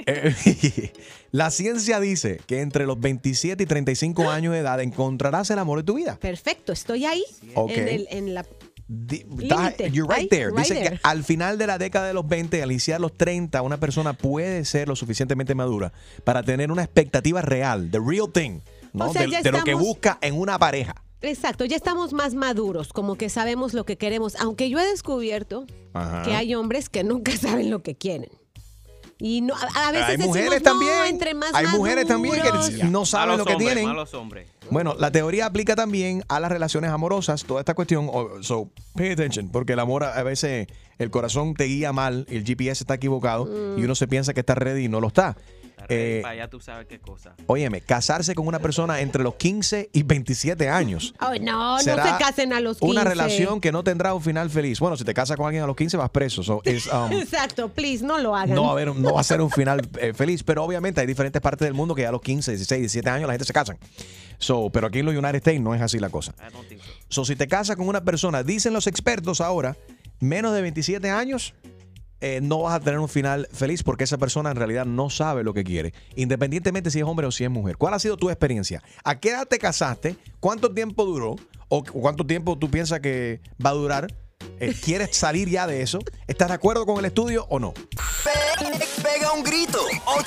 Speaker 2: La ciencia dice que entre los 27 y 35 años de edad encontrarás el amor de tu vida.
Speaker 3: Perfecto, estoy ahí.
Speaker 2: Ok.
Speaker 3: En la
Speaker 2: You're right there. Dice
Speaker 3: there.
Speaker 2: que al final de la década de los 20, al iniciar los 30, una persona puede ser lo suficientemente madura para tener una expectativa real, the real thing, ¿no?
Speaker 3: O sea, ya
Speaker 2: de lo que
Speaker 3: estamos-
Speaker 2: busca en una pareja.
Speaker 3: Exacto, ya estamos más maduros, como que sabemos lo que queremos. Aunque yo he descubierto
Speaker 2: Ajá.
Speaker 3: que hay hombres que nunca saben lo que quieren. Y no, a veces
Speaker 2: Hay
Speaker 3: decimos,
Speaker 2: mujeres
Speaker 3: no,
Speaker 2: también.
Speaker 3: entre más
Speaker 2: Hay mujeres también que
Speaker 3: maduros.
Speaker 2: no saben
Speaker 8: Malos
Speaker 2: lo que
Speaker 8: hombres,
Speaker 2: tienen.
Speaker 8: malos hombres.
Speaker 2: Bueno, la teoría aplica también a las relaciones amorosas, toda esta cuestión. So, pay attention, porque el amor a veces el corazón te guía mal, el GPS está equivocado y uno se piensa que está ready y no lo está.
Speaker 8: Para allá tú sabes qué cosa.
Speaker 2: Óyeme, casarse con una persona entre los 15 y 27 años.
Speaker 3: Ay, no
Speaker 2: será
Speaker 3: se casen a los 15.
Speaker 2: Una relación que no tendrá un final feliz. Bueno, si te casas con alguien a los 15 vas preso. So,
Speaker 3: Exacto, please, no lo hagan.
Speaker 2: no va a ser un final feliz, pero obviamente hay diferentes partes del mundo que ya a los 15, 16, 17 años la gente se casan. Pero aquí en los United States no es así la cosa. So, si te casas con una persona, dicen los expertos ahora, menos de 27 años, no vas a tener un final feliz porque esa persona en realidad no sabe lo que quiere, independientemente si es hombre o si es mujer. ¿Cuál ha sido tu experiencia? ¿A qué edad te casaste? ¿Cuánto tiempo duró? ¿O cuánto tiempo tú piensas que va a durar? ¿Quieres salir ya de eso? ¿Estás de acuerdo con el estudio o no?
Speaker 9: Pega un grito.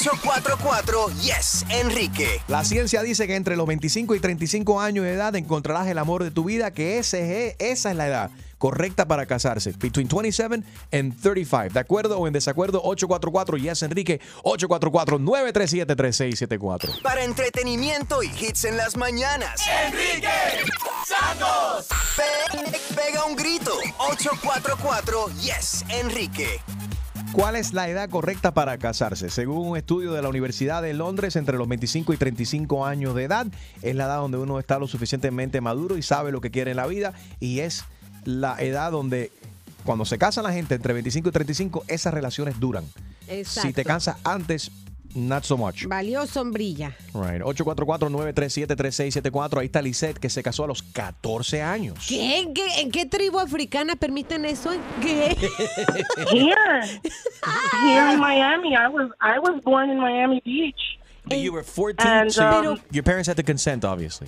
Speaker 9: 844-YES, Enrique.
Speaker 2: La ciencia dice que entre los 25 y 35 años de edad encontrarás el amor de tu vida, que esa es la edad correcta para casarse. Between 27 and 35. ¿De acuerdo o en desacuerdo? 844-YES, Enrique. 844-937-3674.
Speaker 9: Para entretenimiento y hits en las mañanas.
Speaker 10: Enrique Santos.
Speaker 9: Pega un grito. 844-YES, Enrique.
Speaker 2: ¿Cuál es la edad correcta para casarse? Según un estudio de la Universidad de Londres, entre los 25 y 35 años de edad es la edad donde uno está lo suficientemente maduro y sabe lo que quiere en la vida, y es la edad donde cuando se casan la gente entre 25 y 35, esas relaciones duran.
Speaker 3: Exacto.
Speaker 2: Si te casas antes, not so much.
Speaker 3: Valió sombrilla.
Speaker 2: Right. 844-937-3674. Ahí está Lisette, que se casó a los 14 años.
Speaker 3: ¿Qué? ¿En qué tribu africana permiten eso? ¿Qué?
Speaker 16: Here in Miami. I was born in Miami Beach.
Speaker 2: You were 14,
Speaker 16: And,
Speaker 2: so your parents had to consent, obviously.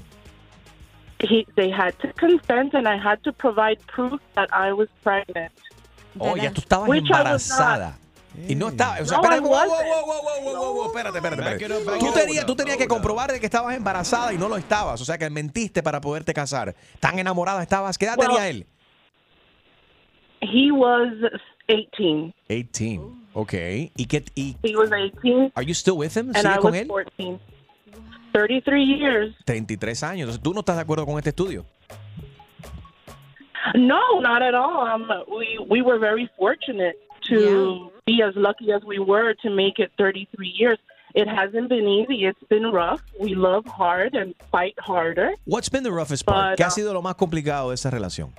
Speaker 16: They had to consent, and I had to provide proof that I was pregnant.
Speaker 2: Oh, ya tú estabas
Speaker 16: Which I was
Speaker 2: embarazada. Y no estaba, o sea,
Speaker 16: No,
Speaker 2: espérate,
Speaker 16: I
Speaker 2: wow, espérate. Tú tenías que comprobar de que estabas embarazada y no lo estabas, o sea, que mentiste para poderte casar. Tan enamorada estabas. ¿Qué edad tenía él?
Speaker 16: He was 18.
Speaker 2: 18. Okay.
Speaker 16: He was 18.
Speaker 2: Are you still with him?
Speaker 16: And
Speaker 2: ¿Sigue
Speaker 16: I
Speaker 2: con
Speaker 16: was
Speaker 2: él?
Speaker 16: 14. 33 years.
Speaker 2: 33 años. Entonces, ¿tú no estás de acuerdo con este estudio?
Speaker 16: No, not at all. We were very fortunate to be as lucky as we were to make it 33 years. It hasn't been easy. It's been rough. We love hard and fight harder.
Speaker 2: What's been the roughest part?
Speaker 16: But,
Speaker 2: ¿Qué ha sido lo más complicado de esa relación?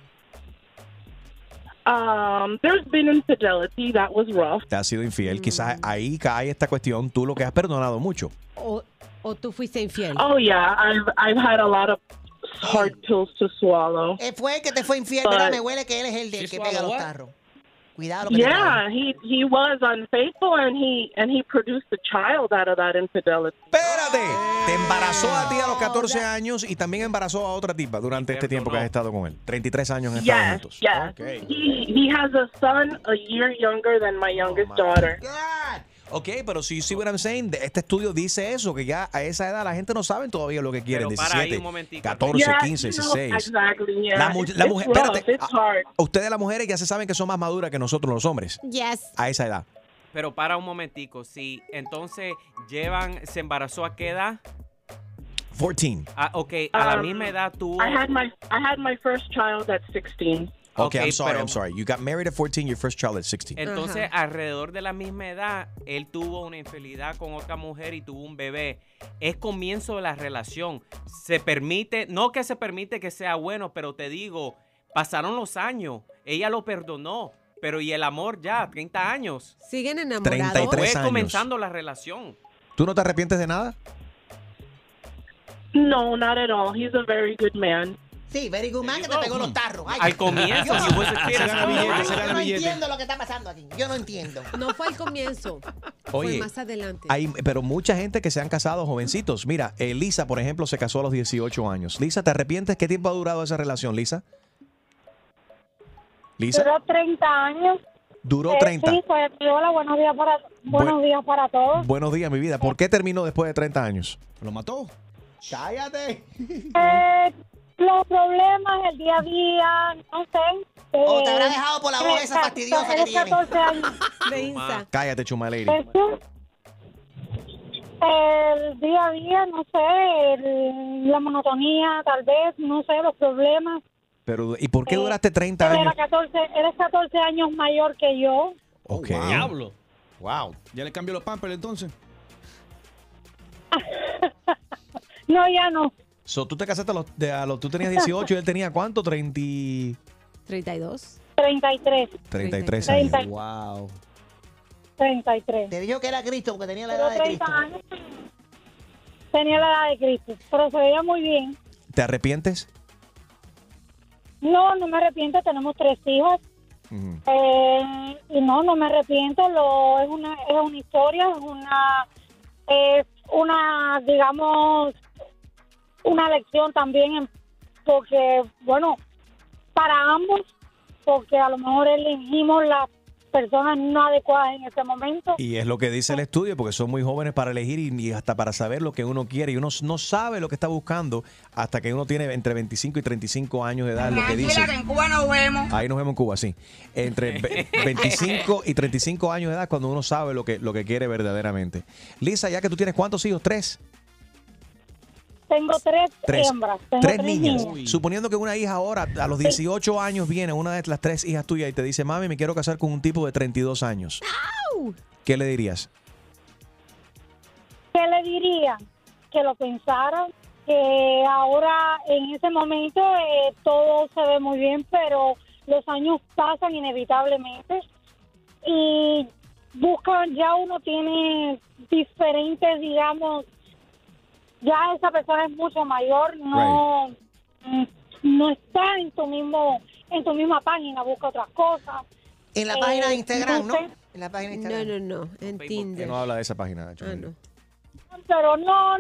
Speaker 16: There's been infidelity. That was rough.
Speaker 2: Te has sido infiel. Quizás ahí cae esta cuestión. Tú lo que has perdonado mucho.
Speaker 3: ¿O tú fuiste infiel?
Speaker 16: Oh yeah, I've had a lot of hard pills to swallow.
Speaker 7: Fue el que te fue infiel,
Speaker 16: But-
Speaker 7: ¿verdad? Me huele que él es el del que pega los tarros. Cuidado lo que te
Speaker 16: Yeah, he was unfaithful and he produced a child out of that infidelity.
Speaker 2: Espérate, te embarazó a ti a los 14 años y también embarazó a otra tipa durante este tiempo que has estado con él. 33 años han estado
Speaker 16: Yes,
Speaker 2: juntos.
Speaker 16: yes.
Speaker 2: Okay.
Speaker 16: He has a son a year younger than my youngest daughter.
Speaker 2: Ok, pero si you see what I'm saying, este estudio dice eso, que ya a esa edad la gente no sabe todavía lo que quiere.
Speaker 8: Pero para ahí
Speaker 2: 17,
Speaker 8: un momentico.
Speaker 2: 14,
Speaker 16: Yeah,
Speaker 2: 15,
Speaker 16: you know,
Speaker 2: 16.
Speaker 16: exactly, yeah.
Speaker 2: La mujer,
Speaker 16: It's rough,
Speaker 2: espérate,
Speaker 16: it's hard.
Speaker 2: ustedes las mujeres ya se saben que son más maduras que nosotros los hombres.
Speaker 3: Yes.
Speaker 2: A esa edad.
Speaker 8: Pero para un momentico, si entonces se embarazó a qué edad?
Speaker 2: 14.
Speaker 8: Ah, ok, a la misma edad tuvo...
Speaker 16: I had my first child at 16.
Speaker 2: Okay,
Speaker 8: Ok,
Speaker 2: I'm sorry. You got married at 14, your first child at 16.
Speaker 8: Entonces, alrededor de la misma edad, él tuvo una infidelidad con otra mujer y tuvo un bebé. Es comienzo de la relación. Se permite, no que se permite que sea bueno, pero te digo, pasaron los años. Ella lo perdonó, pero y el amor ya, 30 años.
Speaker 3: ¿Siguen enamorados?
Speaker 2: 33
Speaker 8: Fue
Speaker 2: años.
Speaker 8: comenzando la relación.
Speaker 2: ¿Tú no te arrepientes de nada?
Speaker 16: No, not at all. He's a very good man.
Speaker 7: Sí, very good man que te pegó los tarros. Ay,
Speaker 8: Al comienzo,
Speaker 7: yo-
Speaker 8: you was a kid.
Speaker 7: Yo no entiendo lo que está pasando aquí. Yo no entiendo.
Speaker 3: No fue al comienzo.
Speaker 2: Oye,
Speaker 3: fue más adelante.
Speaker 2: Pero mucha gente que se han casado jovencitos. Mira, Lisa, por ejemplo, se casó a los 18 años. Lisa, ¿te arrepientes? ¿Qué tiempo ha durado esa relación, Lisa? Lisa,
Speaker 16: Duró 30 años.
Speaker 2: duró 30.
Speaker 16: Sí, pues, hola, buenos días para todos.
Speaker 2: Buenos días, mi vida. ¿Por qué terminó después de 30 años?
Speaker 1: ¿Lo mató?
Speaker 7: Cállate.
Speaker 16: Los problemas, el día a día, no sé.
Speaker 7: O te habrá dejado por la voz esa fastidiosa que
Speaker 16: eres
Speaker 7: tiene.
Speaker 16: 14 años.
Speaker 3: De Insta.
Speaker 2: Cállate, Chuma Lady.
Speaker 16: El día a día, no sé, la monotonía, tal vez, no sé, los problemas.
Speaker 2: Pero, ¿y por qué duraste 30 años?
Speaker 16: Eres 14 años mayor que yo.
Speaker 2: Ok.
Speaker 1: Diablo.
Speaker 2: Wow.
Speaker 1: ¿Ya le cambió los pampers entonces?
Speaker 16: No, ya no.
Speaker 2: So, tú te casaste tú tenías 18 y él tenía ¿cuánto?
Speaker 3: 32.
Speaker 16: 33.
Speaker 2: 33
Speaker 16: años.
Speaker 2: años. Wow.
Speaker 16: 33.
Speaker 7: Te dijo que era Cristo porque tenía la edad de
Speaker 16: 30
Speaker 7: Cristo.
Speaker 16: años. Tenía la edad de Cristo, pero se veía muy bien.
Speaker 2: ¿Te arrepientes?
Speaker 16: No, no me arrepiento, tenemos 3 hijas. Y no me arrepiento, es una historia, es una, digamos, una lección también, porque, bueno, para ambos, porque a lo mejor elegimos las personas no adecuadas en ese momento.
Speaker 2: Y es lo que dice el estudio, porque son muy jóvenes para elegir y hasta para saber lo que uno quiere. Y uno no sabe lo que está buscando hasta que uno tiene entre 25 y 35 años de edad, lo que dice.
Speaker 5: Tranquila, que en Cuba nos vemos.
Speaker 2: Ahí nos vemos en Cuba, sí. Entre 25 y 35 años de edad cuando uno sabe lo que quiere verdaderamente. Lisa, ya que tú tienes ¿cuántos hijos? 3.
Speaker 16: Tengo 3 hembras. Tengo
Speaker 2: 3
Speaker 16: 3
Speaker 2: niñas.
Speaker 16: niñas.
Speaker 2: Suponiendo que una hija ahora, a los 18 años, viene una de las 3 hijas tuyas y te dice, mami, me quiero casar con un tipo de 32 años. ¿Qué le dirías?
Speaker 16: ¿Qué le diría? Que lo pensara, que ahora en ese momento todo se ve muy bien, pero los años pasan inevitablemente y buscan, ya uno tiene diferentes, digamos, ya esa persona es mucho mayor, no está en tu misma página, busca otras cosas.
Speaker 7: En la página de Instagram, ¿no?
Speaker 16: sé.
Speaker 7: En la página de Instagram.
Speaker 3: No, en
Speaker 2: Que
Speaker 3: Tinder.
Speaker 2: no habla de esa página.
Speaker 3: no.
Speaker 16: Pero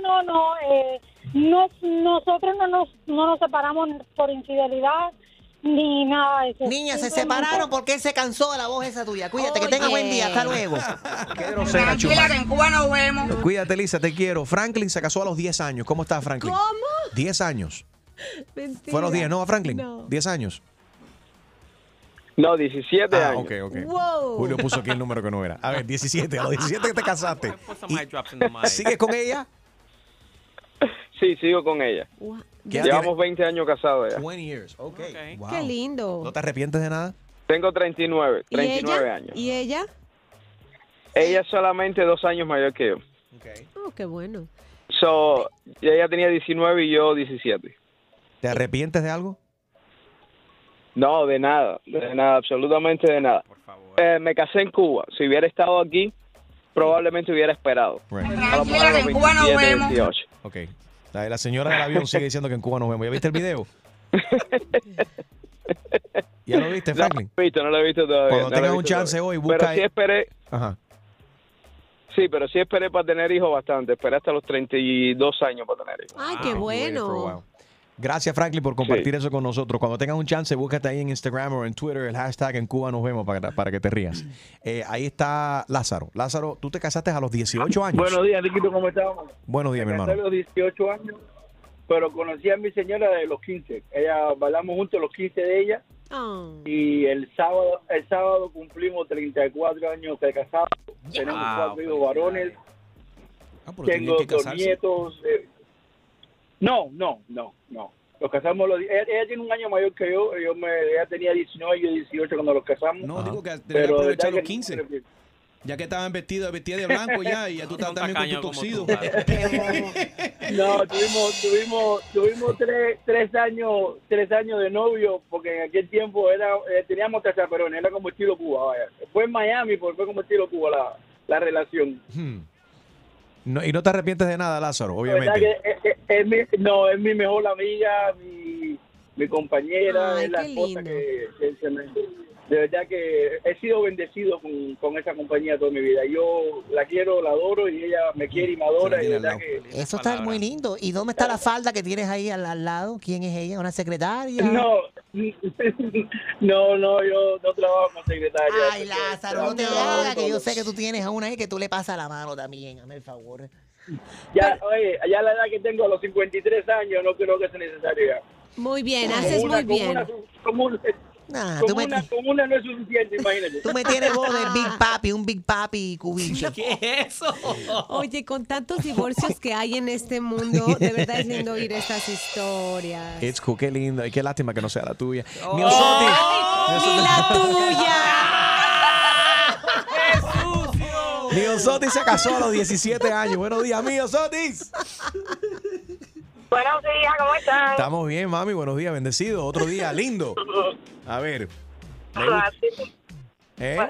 Speaker 16: nosotros no nos separamos por infidelidad ni nada de eso.
Speaker 7: Niña, se
Speaker 16: Simplemente-
Speaker 7: separaron porque él se cansó de la voz esa tuya. Cuídate, que tenga buen día. Hasta luego.
Speaker 2: Qué grosera,
Speaker 5: Tranquila,
Speaker 2: Chuma.
Speaker 5: que en Cuba nos vemos.
Speaker 2: Cuídate, Lisa, te quiero. Franklin se casó a los 10 años. ¿Cómo estás, Franklin?
Speaker 3: ¿Cómo?
Speaker 2: 10 años.
Speaker 3: Mentira.
Speaker 2: ¿Fue a los 10, no, Franklin?
Speaker 3: No.
Speaker 2: 10 años.
Speaker 12: No, 17 años.
Speaker 2: Ok.
Speaker 3: Wow.
Speaker 2: Julio puso aquí el número que no era. A ver, 17. A los 17 que te casaste.
Speaker 8: Put some mic drops in the mic.
Speaker 2: ¿Sigues con ella?
Speaker 12: Sí, sigo con ella.
Speaker 2: ¿Qué
Speaker 12: Llevamos 20 años casados ya.
Speaker 2: 20 years, ok. Wow.
Speaker 3: Qué lindo.
Speaker 2: ¿No te arrepientes de nada?
Speaker 12: Tengo 39
Speaker 3: ¿Y ella?
Speaker 12: años.
Speaker 3: ¿Y ella?
Speaker 12: Ella es solamente 2 años mayor que yo.
Speaker 3: Oh, qué bueno.
Speaker 12: So, ella tenía 19 y yo 17.
Speaker 2: ¿Te arrepientes de algo?
Speaker 12: No, de nada, absolutamente de nada. Me casé en Cuba. Si hubiera estado aquí, probablemente hubiera esperado. A lo mejor
Speaker 5: Tranquila,
Speaker 12: a
Speaker 5: que
Speaker 12: los
Speaker 5: en Cuba nos
Speaker 12: 27,
Speaker 5: vemos.
Speaker 12: 28.
Speaker 2: Ok. La señora del avión sigue diciendo que en Cuba nos vemos. ¿Ya viste el video? ¿Ya lo viste, Franklin?
Speaker 12: No lo he visto todavía.
Speaker 2: Cuando
Speaker 12: no lo he
Speaker 2: tengas un
Speaker 12: visto
Speaker 2: chance
Speaker 12: todavía.
Speaker 2: hoy, busca
Speaker 12: Pero sí
Speaker 2: ahí.
Speaker 12: esperé.
Speaker 2: Ajá.
Speaker 12: Sí, pero sí esperé para tener hijos bastante. Esperé hasta los 32 años para tener hijos.
Speaker 3: Ay, qué bueno.
Speaker 2: Gracias, Franklin, por compartir eso con nosotros. Cuando tengas un chance, búscate ahí en Instagram o en Twitter el hashtag En Cuba Nos Vemos para que te rías. Ahí está Lázaro. Lázaro, tú te casaste a los 18 años.
Speaker 13: Buenos días, Riquito, ¿cómo estamos?
Speaker 2: Buenos días, mi
Speaker 13: Me casé
Speaker 2: hermano.
Speaker 13: a los 18 años, pero conocí a mi señora de los 15. Ella, bailamos juntos los 15 de ella. Y el sábado cumplimos 34 años de casados. Tenemos 4 hijos varones. Tengo 2 nietos. No. Los casamos ella tiene un año mayor que yo. Ella tenía 19 y yo 18 cuando los casamos.
Speaker 1: No, digo que debía aprovechar los 15. Ya que estaban vestida de blanco ya, y ya tú estás también con tu tuxido.
Speaker 13: No, tuvimos 3 años de novio, porque en aquel tiempo teníamos testosterona, era como estilo Cuba, vaya. Fue en Miami, porque fue como estilo Cuba la relación.
Speaker 2: No, y no te arrepientes de nada, Lázaro, obviamente.
Speaker 13: La verdad que es mi mejor amiga, mi compañera, es la esposa que se me... De verdad que he sido bendecido con esa compañía toda mi vida. Yo la quiero, la adoro y ella me quiere y me adora. Y de verdad que
Speaker 7: Eso está muy lindo. ¿Y dónde está la falda que tienes ahí al lado? ¿Quién es ella? ¿Una secretaria?
Speaker 13: No, yo no trabajo como secretaria.
Speaker 7: Ay, Lázaro, no te hagas, que yo sé que tú tienes a una ahí que tú le pasas la mano también. Hazme el favor.
Speaker 13: Ya, oye, allá la edad que tengo, a los 53 años, no creo que sea necesario ya.
Speaker 3: Muy bien, haces muy bien.
Speaker 13: Como una no es suficiente, imagínate.
Speaker 7: Tú me tienes voz de Big Papi, un Big Papi cubicho.
Speaker 6: ¿Qué es eso?
Speaker 3: Oye, con tantos divorcios que hay en este mundo, de verdad es lindo oír estas historias.
Speaker 2: It's cool, qué lindo. Y qué lástima que no sea la tuya.
Speaker 3: ¡Ay,
Speaker 2: Miosotis.
Speaker 3: ni la tuya!
Speaker 2: Miosotis se casó a los 17 años. Buenos días, Miosotis.
Speaker 22: Buenos días, ¿cómo están?
Speaker 2: Estamos bien, mami. Buenos días, bendecido. Otro día lindo. A ver. ¿Eh?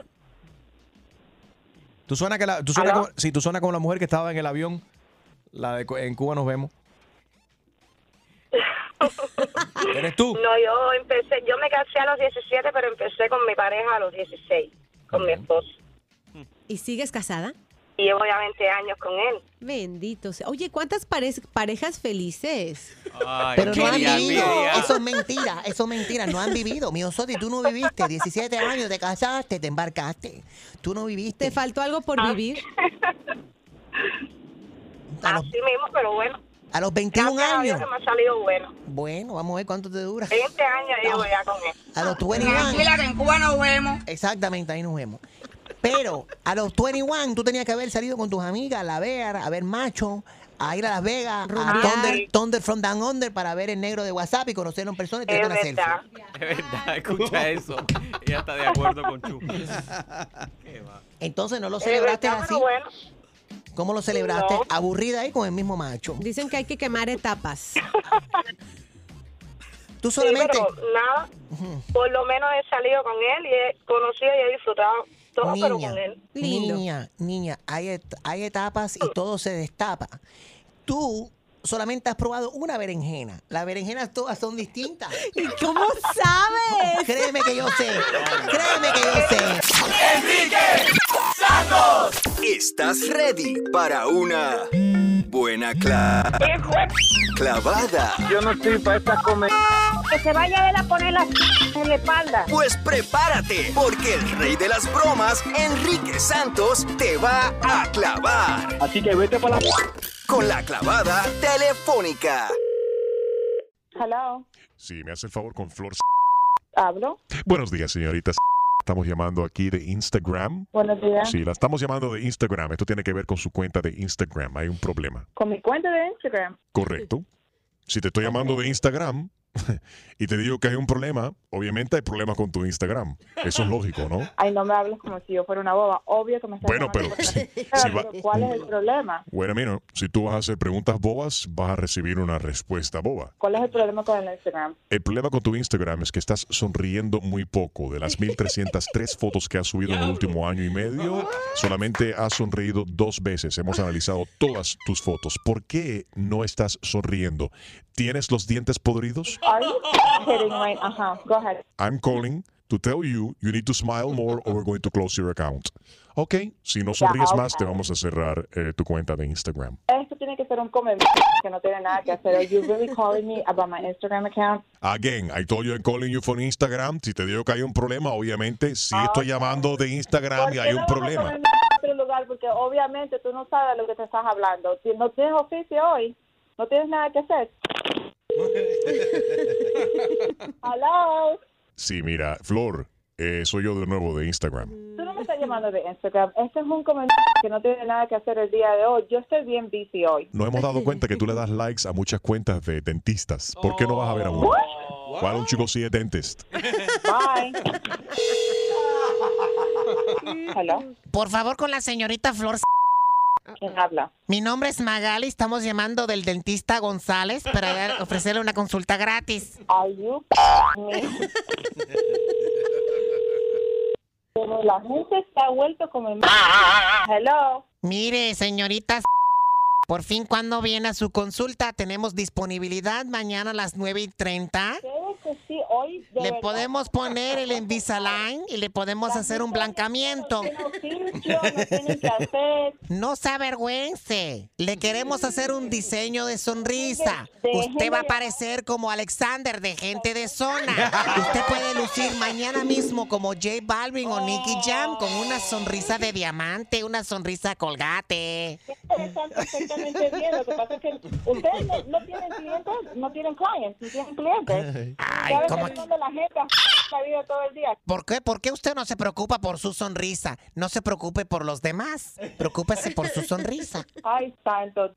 Speaker 2: ¿Tú suenas como la mujer que estaba en el avión? La de En Cuba Nos Vemos. ¿Eres tú?
Speaker 22: No, yo me casé a los 17, pero empecé con mi pareja a los 16, con mi esposo.
Speaker 3: ¿Y sigues casada?
Speaker 22: Y llevo ya 20 años con él.
Speaker 3: Bendito sea. Oye, ¿cuántas parejas felices?
Speaker 6: Ay,
Speaker 7: Pero no han
Speaker 6: envidia,
Speaker 7: vivido.
Speaker 6: envidia.
Speaker 7: Eso es mentira. No han vivido. Miosotis, tú no viviste. 17 años, te casaste, te embarcaste. Tú no viviste.
Speaker 3: ¿Te faltó algo por vivir?
Speaker 22: Así mismo, pero bueno.
Speaker 7: A los 21
Speaker 22: Gracias a Dios
Speaker 7: años.
Speaker 22: que me ha salido bueno.
Speaker 7: Bueno, vamos a ver cuánto te dura.
Speaker 22: 20 años llevo ya con él.
Speaker 7: A los 21.
Speaker 22: Tranquila, que en Cuba nos vemos.
Speaker 7: Exactamente, ahí nos vemos. Pero a los 21 tú tenías que haber salido con tus amigas a la ver, a ver Macho, a ir a Las Vegas, a Thunder from Down Under para ver el negro de WhatsApp y conocerlo en persona y tener una selfie.
Speaker 6: Es verdad, escucha eso. Ella está de acuerdo con Chu.
Speaker 7: Entonces no lo celebraste así.
Speaker 22: Bueno.
Speaker 7: ¿Cómo lo celebraste?
Speaker 3: No.
Speaker 7: Aburrida ahí con el mismo macho.
Speaker 3: Dicen que hay que quemar etapas.
Speaker 7: Tú solamente...
Speaker 22: Sí, pero nada, por lo menos he salido con él y he conocido y he disfrutado todo, pero con él.
Speaker 7: Niña, hay etapas y todo se destapa. Tú solamente has probado una berenjena. Las berenjenas todas son distintas.
Speaker 3: ¿Y cómo sabes?
Speaker 7: Créeme que yo sé. Créeme que yo sé.
Speaker 9: ¡Enrique Santos! ¿Estás ready para una buena clavada?
Speaker 19: Yo no estoy para estas comer.
Speaker 22: Que se vaya a poner la en la espalda.
Speaker 9: Pues prepárate, porque el rey de las bromas, Enrique Santos, te va a clavar.
Speaker 19: Así que vete para la...
Speaker 9: Con la clavada telefónica.
Speaker 22: Hello.
Speaker 23: Sí, me hace el favor con Flor.
Speaker 22: ¿Hablo?
Speaker 23: Buenos días, señoritas. Estamos llamando aquí de Instagram.
Speaker 22: Buenos días.
Speaker 23: Sí, la estamos llamando de Instagram. Esto tiene que ver con su cuenta de Instagram. Hay un problema.
Speaker 22: Con mi cuenta de Instagram.
Speaker 23: Correcto. Si te estoy llamando de Instagram y te digo que hay un problema, obviamente hay problemas con tu Instagram. Eso es lógico, ¿no?
Speaker 22: Ay, no me hables como si yo fuera una boba. Obvio que me estás
Speaker 23: Bueno, pero
Speaker 22: llamando ¿cuál es el problema?
Speaker 23: Bueno, mira, si tú vas a hacer preguntas bobas, vas a recibir una respuesta boba.
Speaker 22: ¿Cuál es el problema con el Instagram?
Speaker 23: El problema con tu Instagram es que estás sonriendo muy poco. De las 1,303 fotos que has subido en el último año y medio, solamente has sonreído 2 veces. Hemos analizado todas tus fotos. ¿Por qué no estás sonriendo? ¿Tienes los dientes podridos?
Speaker 22: Are you kidding right? Go ahead.
Speaker 23: I'm calling to tell you need to smile more or we're going to close your account. Ok, si no sonríes más, te vamos a cerrar tu cuenta de Instagram.
Speaker 22: Esto tiene que ser un comentario que no tiene nada que hacer. Are you really calling me about my Instagram account?
Speaker 23: Again, I told you I'm calling you from Instagram. Si te digo que hay un problema, obviamente sí estoy llamando de Instagram y hay un problema.
Speaker 22: En otro lugar, porque obviamente tú no sabes de lo que te estás hablando. Si no tienes oficio hoy, no tienes nada que hacer. Hello.
Speaker 23: Sí, mira, Flor, soy yo de nuevo de Instagram.
Speaker 22: Tú no me estás llamando de Instagram. Este es un comentario que no tiene nada que hacer el día de hoy. Yo estoy bien busy hoy.
Speaker 23: Nos hemos dado cuenta que tú le das likes a muchas cuentas de dentistas. ¿Por qué no vas a ver a uno? Why don't you go see a dentist?
Speaker 22: Bye. Hello.
Speaker 7: Por favor, con la señorita Flor.
Speaker 22: ¿Quién habla?
Speaker 7: Mi nombre es Magali, estamos llamando del dentista González para ofrecerle una consulta gratis.
Speaker 22: Are you Pero la gente se ha vuelto como el... Hello.
Speaker 7: Mire, señorita, por fin, ¿cuándo viene a su consulta? Tenemos disponibilidad mañana a las 9:30.
Speaker 22: Que sí, hoy de
Speaker 7: Le
Speaker 22: verdad.
Speaker 7: podemos poner el Invisalign y le podemos hacer un blancamiento.
Speaker 22: No tienen que hacer.
Speaker 7: No se avergüence. Le queremos hacer un diseño de sonrisa. Usted va a parecer como Alexander de Gente de Zona. Usted puede lucir mañana mismo como J Balvin o Nicky Jam con una sonrisa de diamante, una sonrisa colgate.
Speaker 22: Están perfectamente bien. Lo que pasa es que ustedes no tienen clientes, no tienen clientes, no tienen clientes.
Speaker 7: Ay,
Speaker 22: ¿Sabes
Speaker 7: ¿cómo?
Speaker 22: que la gente la vida todo el día?
Speaker 7: ¿Por qué? ¿Por qué usted no se preocupa por su sonrisa? No se preocupe por los demás. Preocúpese por su sonrisa.
Speaker 22: Ay, santo.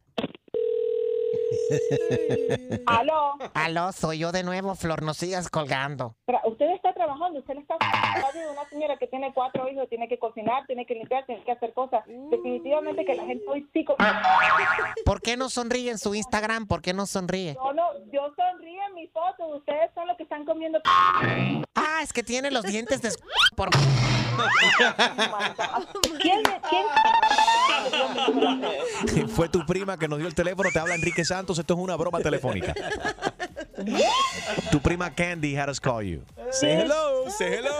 Speaker 22: Aló.
Speaker 7: Aló, soy yo de nuevo, Flor. No sigas colgando.
Speaker 22: Pero usted está trabajando, usted está hablando de una señora que tiene 4 hijos, tiene que cocinar, tiene que limpiar, tiene que hacer cosas. Definitivamente que la gente hoy sí...
Speaker 7: ¿Por qué no sonríe en su Instagram? ¿Por qué no sonríe?
Speaker 22: Yo sonrío en mi foto, ustedes son los que están comiendo...
Speaker 7: Ah, es que tiene los dientes de... por...
Speaker 22: ¿Quién?
Speaker 2: Fue tu prima que nos dio el teléfono, te habla Enrique Santos, esto es una broma telefónica. Tu prima Candy had us call you. Say hello, say hello.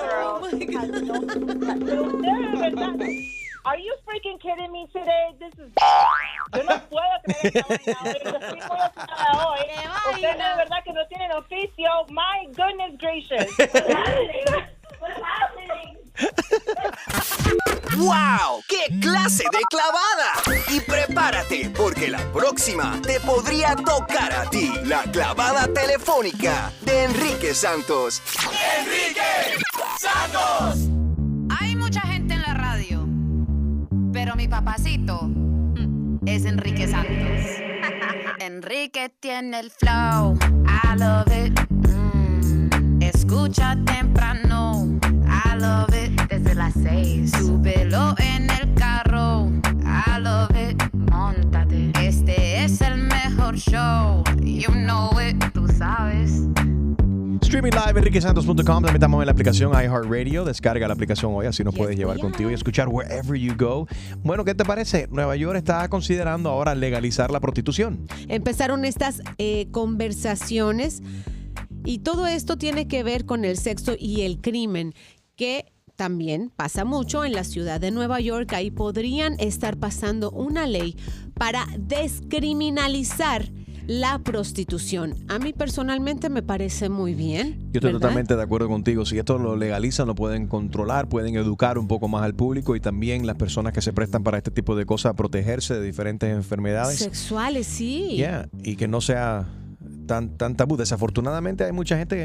Speaker 22: Pero ustedes, de verdad, are you freaking kidding me today? This is... Yo no puedo creer esta vaina hoy. Yo estoy muy ocupada hoy. Ustedes de verdad que no tienen oficio. My goodness gracious. What's happening?
Speaker 9: ¡Wow! ¡Qué clase de clavada! Y prepárate, porque la próxima te podría tocar a ti. La clavada telefónica de Enrique Santos.
Speaker 10: ¡Enrique Santos!
Speaker 14: Hay mucha gente en la radio, pero mi papacito es Enrique Santos. Enrique tiene el flow, I love it. Escucha temprano, I love it. Desde las 6, súbelo en el carro, I love it. Móntate, este es el mejor show, you know it, tú sabes.
Speaker 2: Streaming live enriquesantos.com. También estamos en la aplicación iHeartRadio. Descarga la aplicación hoy, así nos puedes llevar contigo y escuchar wherever you go. Bueno, ¿qué te parece? Nueva York está considerando ahora legalizar la prostitución.
Speaker 3: Empezaron estas conversaciones y todo esto tiene que ver con el sexo y el crimen, que también pasa mucho en la ciudad de Nueva York. Ahí podrían estar pasando una ley para descriminalizar la prostitución. A mí personalmente me parece muy bien.
Speaker 2: Yo estoy
Speaker 3: ¿verdad?
Speaker 2: totalmente de acuerdo contigo. Si esto lo legalizan, lo pueden controlar, pueden educar un poco más al público y también las personas que se prestan para este tipo de cosas a protegerse de diferentes enfermedades.
Speaker 3: Sexuales, sí.
Speaker 2: Yeah, y que no sea tan tabú. Desafortunadamente hay mucha gente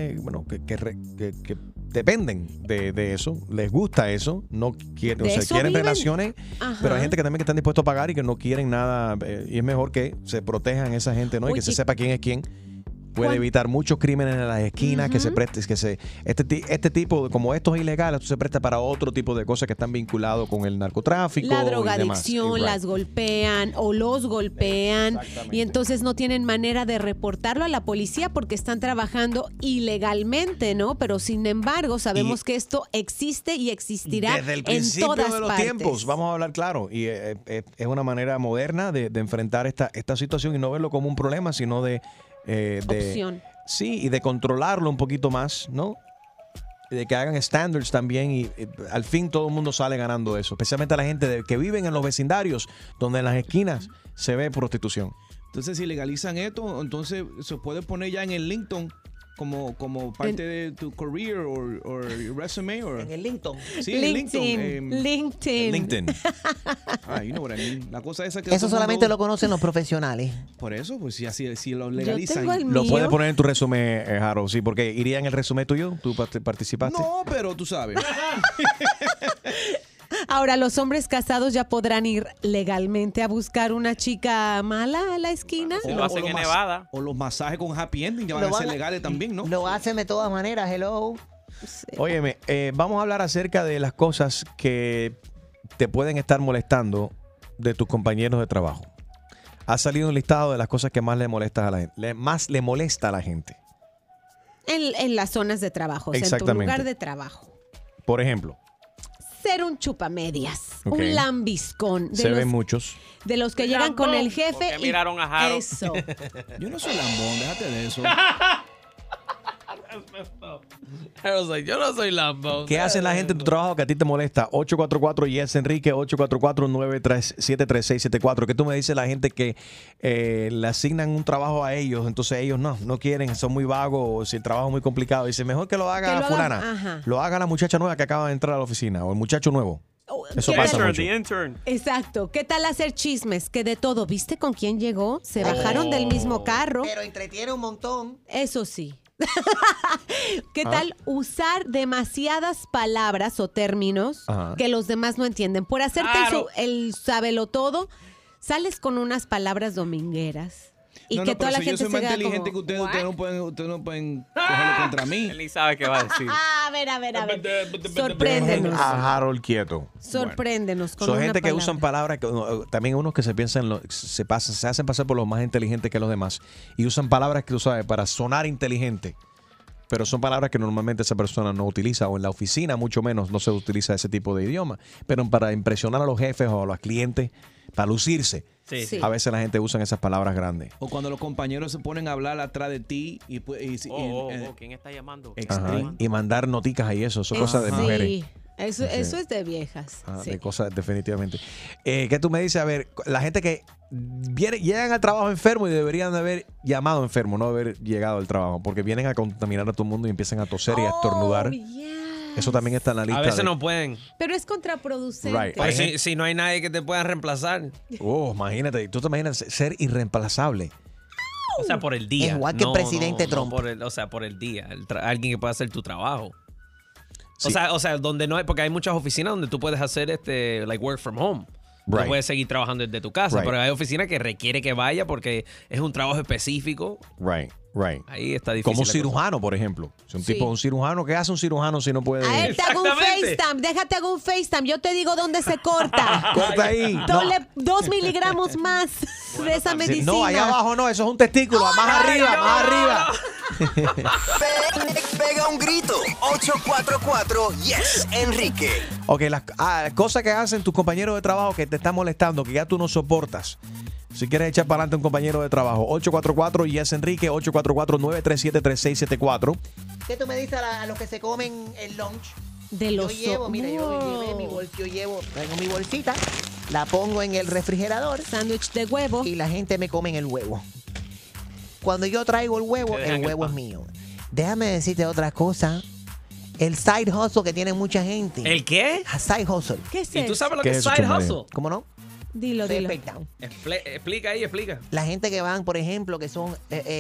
Speaker 2: que dependen de eso, les gusta eso, no quieren, quieren
Speaker 3: viven.
Speaker 2: relaciones,
Speaker 3: Ajá.
Speaker 2: pero hay gente que también que están dispuestos a pagar y que no quieren nada, y es mejor que se protejan esa gente, ¿no? Y que se sepa quién es quién. Puede evitar muchos crímenes en las esquinas, que se preste, este tipo, como esto es ilegal, esto se presta para otro tipo de cosas que están vinculados con el narcotráfico.
Speaker 3: La
Speaker 2: y
Speaker 3: drogadicción,
Speaker 2: demás.
Speaker 3: las golpean o los golpean y entonces no tienen manera de reportarlo a la policía porque están trabajando ilegalmente, ¿no? Pero sin embargo sabemos que esto existe y existirá
Speaker 2: desde el
Speaker 3: en
Speaker 2: principio
Speaker 3: todas
Speaker 2: de los
Speaker 3: partes.
Speaker 2: tiempos, vamos a hablar claro, y es una manera moderna de enfrentar esta situación y no verlo como un problema, sino de
Speaker 3: opción.
Speaker 2: Sí, y de controlarlo un poquito más, ¿no? de que hagan standards también y al fin todo el mundo sale ganando eso, especialmente la gente que viven en los vecindarios donde en las esquinas se ve prostitución.
Speaker 1: Entonces, si legalizan esto, entonces se puede poner ya en el LinkedIn como parte de tu career o resume.
Speaker 7: En el LinkedIn.
Speaker 1: Sí, en
Speaker 3: LinkedIn.
Speaker 2: LinkedIn.
Speaker 1: You know what I mean. La cosa esa que
Speaker 7: Eso solamente lo conocen los profesionales.
Speaker 1: Por eso, pues si lo legalizan.
Speaker 2: Lo puedes poner en tu resumen, Harold, sí, porque iría en el resumen tuyo. ¿Tú participaste?
Speaker 1: No, pero tú sabes.
Speaker 3: Ahora, los hombres casados ya podrán ir legalmente a buscar una chica mala a la esquina.
Speaker 8: Si lo hacen en Nevada.
Speaker 1: O los masajes con happy ending ya van a ser legales también, ¿no?
Speaker 7: Lo hacen de todas maneras, hello.
Speaker 2: Óyeme, vamos a hablar acerca de las cosas que te pueden estar molestando de tus compañeros de trabajo. Ha salido un listado de las cosas que más le molesta a la gente. Más le molesta a la gente.
Speaker 3: En las zonas de trabajo, o sea, en tu
Speaker 2: Exactamente.
Speaker 3: lugar de trabajo.
Speaker 2: Por ejemplo.
Speaker 3: Ser un chupamedias,
Speaker 2: Ok.
Speaker 3: un lambiscón.
Speaker 2: Se ven muchos.
Speaker 3: De los que llegan con el jefe.
Speaker 8: Porque miraron a Harold.
Speaker 3: Eso.
Speaker 1: Yo no soy lambón, déjate de eso.
Speaker 6: Harold's like, yo no soy Lambo.
Speaker 2: ¿Qué hacen la gente en tu trabajo que a ti te molesta? 844-YES Enrique, 844-937-3674. ¿Qué tú me dices la gente que le asignan un trabajo a ellos, entonces ellos no quieren, son muy vagos, o si el trabajo es muy complicado? Dice, mejor que lo haga fulana.
Speaker 3: Ajá.
Speaker 2: Lo haga la muchacha nueva que acaba de entrar a la oficina, o el muchacho nuevo. Eso pasa mucho.
Speaker 3: Exacto. ¿Qué tal hacer chismes? Que de todo. ¿Viste con quién llegó? Se bajaron del mismo carro.
Speaker 7: Pero entretiene un montón.
Speaker 3: Eso sí. ¿Qué tal usar demasiadas palabras o términos
Speaker 2: Ajá.
Speaker 3: que los demás no entienden? Por hacerte el sábelo todo, sales con unas palabras domingueras. Y que toda la gente
Speaker 1: yo soy
Speaker 3: se
Speaker 1: más
Speaker 3: queda
Speaker 1: inteligente
Speaker 3: como,
Speaker 1: que ustedes no pueden cogerlo contra mí.
Speaker 8: Él ni sabe qué va a decir.
Speaker 3: A ver. Sorpréndenos.
Speaker 2: A Harold quieto.
Speaker 3: Sorpréndenos con
Speaker 2: Son
Speaker 3: una
Speaker 2: gente que
Speaker 3: palabra.
Speaker 2: usan palabras, también unos que se piensan, se hacen pasar por los más inteligentes que los demás y usan palabras que tú sabes para sonar inteligente. Pero son palabras que normalmente esa persona no utiliza, o en la oficina mucho menos no se utiliza ese tipo de idioma. Pero para impresionar a los jefes o a los clientes, para lucirse,
Speaker 1: Sí.
Speaker 2: a veces la gente usa esas palabras grandes.
Speaker 1: O cuando los compañeros se ponen a hablar atrás de ti y
Speaker 8: ¿quién está llamando?
Speaker 2: Ajá. Y mandar noticas y eso, son cosas de mujeres.
Speaker 3: Sí, eso es de viejas. Sí.
Speaker 2: De cosas, definitivamente. ¿Qué tú me dices? A ver, la gente que llegan al trabajo enfermo y deberían de haber llamado enfermo, no haber llegado al trabajo, porque vienen a contaminar a todo el mundo y empiezan a toser y a estornudar. Eso también está en la lista.
Speaker 6: A veces no pueden.
Speaker 3: Pero es contraproducente.
Speaker 2: Right.
Speaker 6: Pues si no hay nadie que te pueda reemplazar.
Speaker 2: Imagínate, tú te imaginas ser irreemplazable.
Speaker 6: O sea, por el día.
Speaker 7: Igual que el presidente Trump.
Speaker 6: O sea, por el día. Alguien que pueda hacer tu trabajo. Sí. O sea, donde no hay, porque hay muchas oficinas donde tú puedes hacer like work from home.
Speaker 2: Right.
Speaker 6: Tú puedes seguir trabajando desde tu casa,
Speaker 2: Right.
Speaker 6: pero hay oficinas que requiere que vaya porque es un trabajo específico.
Speaker 2: Right.
Speaker 6: Ahí está difícil.
Speaker 2: Como un
Speaker 6: la
Speaker 2: cirujano, por ejemplo. Si un
Speaker 3: Sí.
Speaker 2: tipo, un cirujano, ¿qué hace un cirujano si no puede?
Speaker 3: A él te hago un FaceTime, déjate hago un FaceTime, yo te digo dónde se corta.
Speaker 2: Corta ahí. No.
Speaker 3: Dole 2 miligramos más de esa medicina.
Speaker 2: No, allá abajo no, eso es un testículo, más arriba.
Speaker 9: Pega un grito. 844-YES Enrique.
Speaker 2: Ok, las cosas que hacen tus compañeros de trabajo que te están molestando, que ya tú no soportas. Si quieres echar para adelante a un compañero de trabajo, 844-YES Enrique, 844-937-3674.
Speaker 7: ¿Qué tú me dices a los que se comen el lunch?
Speaker 3: De los
Speaker 7: Yo llevo, mira, yo llevé mi traigo mi bolsita, la pongo en el refrigerador.
Speaker 3: Sándwich de huevo.
Speaker 7: Y la gente me come en el huevo. Cuando yo traigo el huevo es mío. Déjame decirte otra cosa. El side hustle que tiene mucha gente.
Speaker 6: ¿El qué?
Speaker 7: Side hustle.
Speaker 3: ¿Qué es
Speaker 6: ¿Y tú sabes lo
Speaker 2: ¿Qué
Speaker 6: que
Speaker 2: es
Speaker 6: es
Speaker 2: eso,
Speaker 6: side
Speaker 2: María?
Speaker 6: hustle?
Speaker 7: ¿Cómo no?
Speaker 3: Dilo.
Speaker 6: Explica ahí, explica.
Speaker 7: La gente que van, por ejemplo, que son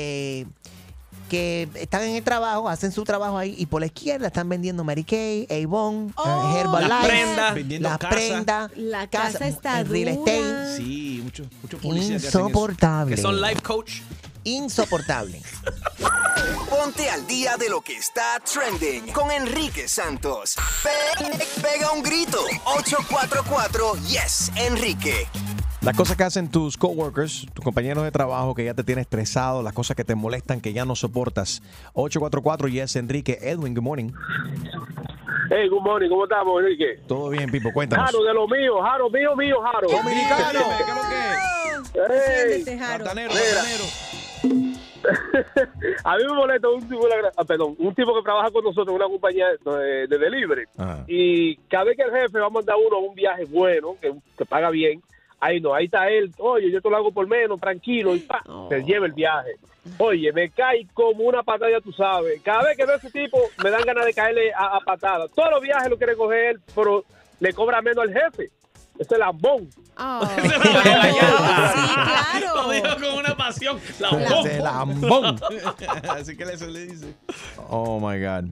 Speaker 7: que están en el trabajo, hacen su trabajo ahí y por la izquierda están vendiendo Mary Kay, Avon, Herbalife, las prendas,
Speaker 3: La casa está
Speaker 7: el real
Speaker 3: dura.
Speaker 7: estate.
Speaker 1: Sí, muchos policías que hacen eso.
Speaker 7: Insoportable.
Speaker 6: Que son life coach.
Speaker 7: Insoportable.
Speaker 9: Ponte al día de lo que está trending con Enrique Santos. Pega un grito. 844-YES Enrique.
Speaker 2: Las cosas que hacen tus coworkers, tus compañeros de trabajo que ya te tienen estresado, las cosas que te molestan, que ya no soportas. 844-YES Enrique. Edwin, good morning.
Speaker 19: Hey, good morning, ¿cómo estamos, Enrique?
Speaker 2: Todo bien, Pipo, cuéntanos.
Speaker 19: Jaro, de lo mío, Jaro, mío, Jaro.
Speaker 2: Dominicano.
Speaker 19: Hey,
Speaker 3: Siéntete, Jaro.
Speaker 1: Platanero.
Speaker 15: A mí me molesta un tipo que trabaja con nosotros en una compañía de delivery.
Speaker 2: Ajá.
Speaker 15: Y cada vez que el jefe va a mandar uno a un viaje bueno, que paga bien, ahí está él, oye, yo te lo hago por menos, tranquilo, y se lleva el viaje. Oye, me cae como una patada, ya tú sabes. Cada vez que veo a ese tipo, me dan ganas de caerle a patadas. Todos los viajes lo quiere coger él, pero le cobra menos al jefe. Es el lambón.
Speaker 3: Sí, claro.
Speaker 6: Lo dijo con una pasión.
Speaker 2: Lambón.
Speaker 1: Así que eso le dice.
Speaker 2: Oh, my God.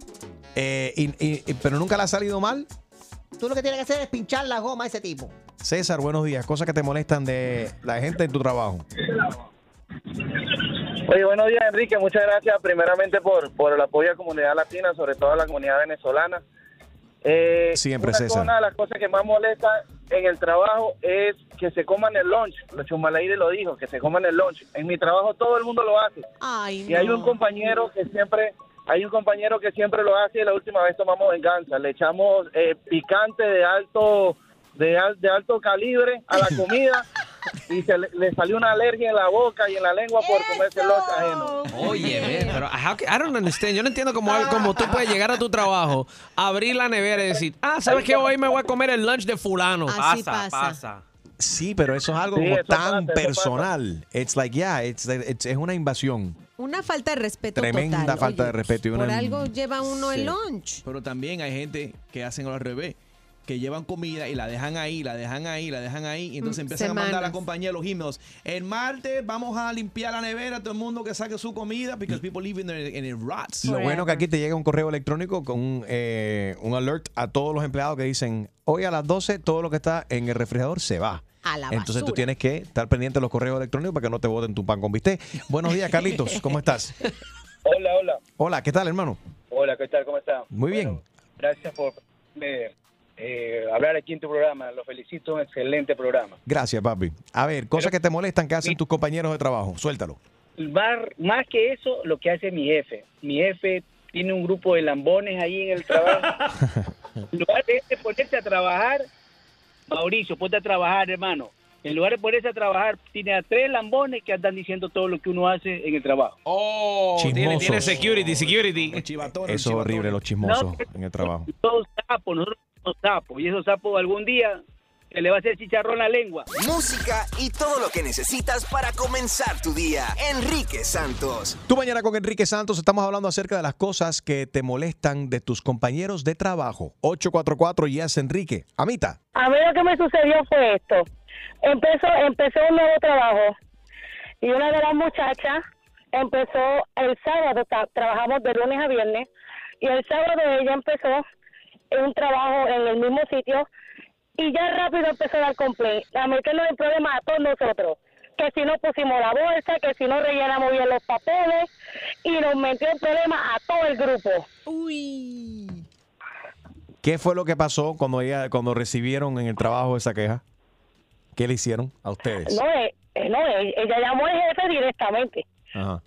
Speaker 2: Pero nunca le ha salido mal.
Speaker 7: Tú lo que tienes que hacer es pinchar la goma a ese tipo.
Speaker 2: César, buenos días. Cosas que te molestan de la gente en tu trabajo.
Speaker 17: Oye, buenos días, Enrique. Muchas gracias primeramente por el apoyo a la comunidad latina, sobre todo a la comunidad venezolana.
Speaker 2: Siempre, César.
Speaker 17: Una de las cosas que más molesta en el trabajo es que se coman el lunch. Los Chumaleire lo dijo, que se coman el lunch. En mi trabajo todo el mundo lo hace.
Speaker 3: Ay,
Speaker 17: y hay un compañero que siempre lo hace, y la última vez tomamos venganza. Le echamos picante de alto calibre a la comida y le salió una alergia en la boca y en la lengua por comerse el lunch ajeno.
Speaker 6: Oye, pero I don't understand. Yo no entiendo cómo tú puedes llegar a tu trabajo, abrir la nevera y decir, ¿sabes qué? Hoy me voy a comer el lunch de fulano.
Speaker 3: Así pasa.
Speaker 2: Sí, pero eso es algo
Speaker 17: Sí,
Speaker 2: como
Speaker 17: eso
Speaker 2: tan
Speaker 17: pasa, eso
Speaker 2: personal. It's like, es una invasión.
Speaker 3: Una falta de respeto
Speaker 2: Tremenda
Speaker 3: total.
Speaker 2: falta
Speaker 3: Oye,
Speaker 2: de respeto. Y
Speaker 3: Por
Speaker 2: una,
Speaker 3: algo lleva uno el lunch.
Speaker 1: Pero también hay gente que hacen al revés, que llevan comida y la dejan ahí, y entonces empiezan a mandar a la
Speaker 3: Semanas.
Speaker 1: compañía los emails. El martes vamos a limpiar la nevera, todo el mundo que saque su comida, because people live in it rots.
Speaker 2: Lo bueno que aquí te llega un correo electrónico con un alert a todos los empleados que dicen, hoy a las 12 todo lo que está en el refrigerador se va.
Speaker 3: A la
Speaker 2: Entonces tú
Speaker 3: basura.
Speaker 2: tienes que estar pendiente de los correos electrónicos para que no te boten tu pan con bistec. Buenos días, Carlitos. ¿Cómo estás?
Speaker 17: Hola.
Speaker 2: Hola, ¿qué tal, hermano?
Speaker 17: Hola, ¿qué tal? ¿Cómo está?
Speaker 2: Muy bien.
Speaker 17: Gracias por hablar aquí en tu programa. Lo felicito, un excelente programa.
Speaker 2: Gracias, papi. A ver, cosas que te molestan que hacen tus compañeros de trabajo. Suéltalo.
Speaker 17: Más que eso, lo que hace mi jefe. Mi jefe tiene un grupo de lambones ahí en el trabajo. En lugar de ponerse a trabajar, Mauricio, ponte a trabajar, hermano. En lugar de ponerse a trabajar, tiene a 3 lambones que andan diciendo todo lo que uno hace en el trabajo.
Speaker 6: Oh, tiene security.
Speaker 2: Eso es horrible, los chismosos en el trabajo.
Speaker 17: Todos sapos, nosotros somos sapos. Y esos sapos algún día se le va a hacer chicharrón la lengua.
Speaker 9: Música y todo lo que necesitas para comenzar tu día. Enrique Santos.
Speaker 2: Tú mañana con Enrique Santos estamos hablando acerca de las cosas que te molestan de tus compañeros de trabajo. 844 Yes Enrique. Amita.
Speaker 22: A mí lo que me sucedió fue esto. Empezó un nuevo trabajo y una de las muchachas empezó el sábado, trabajamos de lunes a viernes, y el sábado ella empezó un trabajo en el mismo sitio y ya rápido empezó a dar complaint, a meternos en problemas a todos nosotros, que si no pusimos la bolsa, que si no rellenamos bien los papeles, y nos metió en problemas a todo el grupo.
Speaker 3: Uy.
Speaker 2: ¿Qué fue lo que pasó cuando recibieron en el trabajo esa queja? ¿Qué le hicieron a ustedes?
Speaker 22: Ella llamó al jefe directamente.
Speaker 2: Ajá.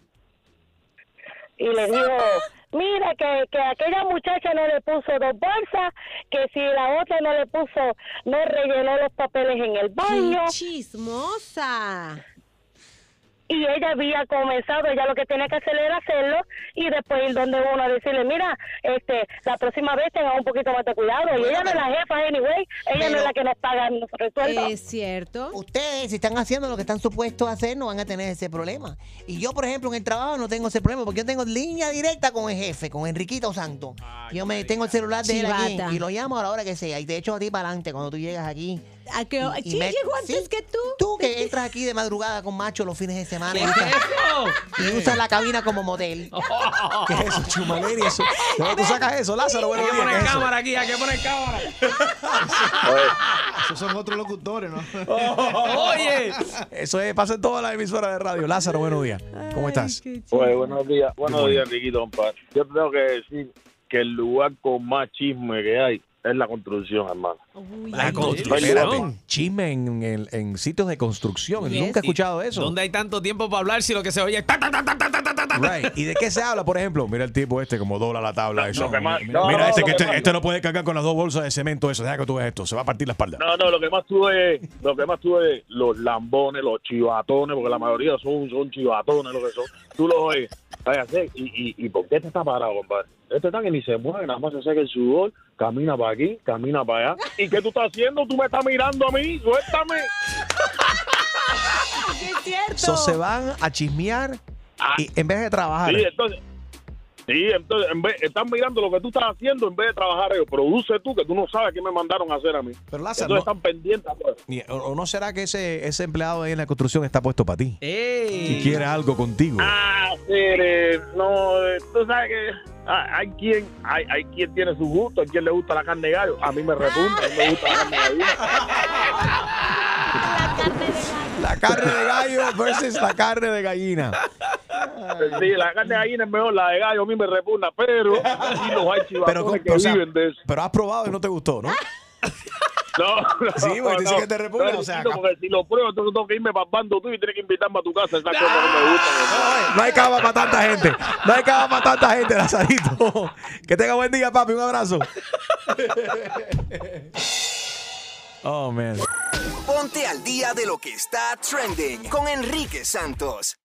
Speaker 22: Y le dijo, mira, que aquella muchacha no le puso 2 bolsas, que si la otra no rellenó los papeles en el baño.
Speaker 3: ¡Qué chismosa!
Speaker 22: Y ella había comenzado, ella lo que tenía que hacer era hacerlo y después ir donde uno a decirle, mira, la próxima vez tenga un poquito más de cuidado. Y ella no es la jefa, anyway, ella no es la que nos paga nosotros sueldo.
Speaker 3: Es cierto.
Speaker 7: Ustedes, si están haciendo lo que están supuestos a hacer, no van a tener ese problema. Y yo, por ejemplo, en el trabajo no tengo ese problema porque yo tengo línea directa con el jefe, con Enriquito Santos. Yo tengo el celular de él aquí
Speaker 3: Chivata.
Speaker 7: y lo llamo a la hora que sea. Y te echo a ti para adelante cuando tú llegas aquí.
Speaker 3: ¿Quién llegó antes que tú?
Speaker 7: Tú que entras aquí de madrugada con macho los fines de semana
Speaker 6: ¿Qué
Speaker 7: y
Speaker 6: es
Speaker 7: usas, y usas la cabina como motel.
Speaker 2: ¿Qué es eso, Chumaleri? ¿De dónde tú sacas eso, Lázaro? Buenos
Speaker 6: Hay que
Speaker 2: días.
Speaker 6: poner
Speaker 2: ¿Qué es eso?
Speaker 6: cámara aquí, hay que poner cámara.
Speaker 1: Esos son otros locutores, ¿no?
Speaker 6: Oye.
Speaker 2: Eso pasa en todas las emisoras de radio. Lázaro, buenos días. ¿Cómo estás?
Speaker 13: Oye, buenos días, Enriquito. Yo tengo que decir que el lugar con más chisme que hay
Speaker 15: es la construcción, hermano.
Speaker 2: La construcción. Chisme en sitios de construcción. Nunca he escuchado eso.
Speaker 6: ¿Dónde hay tanto tiempo para hablar si lo que se oye es
Speaker 2: Right. ¿Y de qué se habla, por ejemplo? Mira el tipo como dobla la tabla. Eso.
Speaker 15: Mira,
Speaker 2: este no puede cargar con las 2 bolsas de cemento. Eso, deja que tú veas esto. Se va a partir la espalda.
Speaker 15: No, lo que más tuve es los lambones, los chivatones, porque la mayoría son chivatones lo que son. Tú los oyes. ¿Y por qué este está parado, compadre? Este está que ni se mueve, nada más se seca el sudor, camina para aquí, camina para allá. ¿Y qué tú estás haciendo? ¿Tú me estás mirando a mí? ¡Suéltame!
Speaker 3: ¡Es cierto!
Speaker 2: Se van a chismear y en vez de trabajar.
Speaker 15: Sí, entonces están mirando lo que tú estás haciendo en vez de trabajar ellos. Produce tú, que tú no sabes qué me mandaron a hacer a mí.
Speaker 2: Pero Lázaro,
Speaker 15: entonces están pendientes.
Speaker 2: ¿O no será que ese empleado ahí en la construcción está puesto para ti? Y quiere algo contigo.
Speaker 15: No, tú sabes que hay quien tiene su gusto, hay quien le gusta la carne de gallo. A mí me repugna, a mí me gusta la carne de gallina.
Speaker 2: La carne de gallo versus la carne de gallina.
Speaker 15: Sí, la carne de gallina es mejor, la de gallo a mí me repugna, pero aquí los hay chivatones que viven de eso.
Speaker 2: Pero has probado y no te gustó, ¿no?
Speaker 15: No,
Speaker 2: sí, porque dice que te repugna, o sea,
Speaker 15: porque si lo pruebo, entonces tengo que irme para el bando tú y tienes que invitarme a tu casa. Esas cosas no me gustan.
Speaker 2: No hay cama para tanta gente. No hay cama para tanta gente, Lazarito. Que tenga buen día, papi. Un abrazo. Oh, man.
Speaker 9: Ponte al día de lo que está trending con Enrique Santos.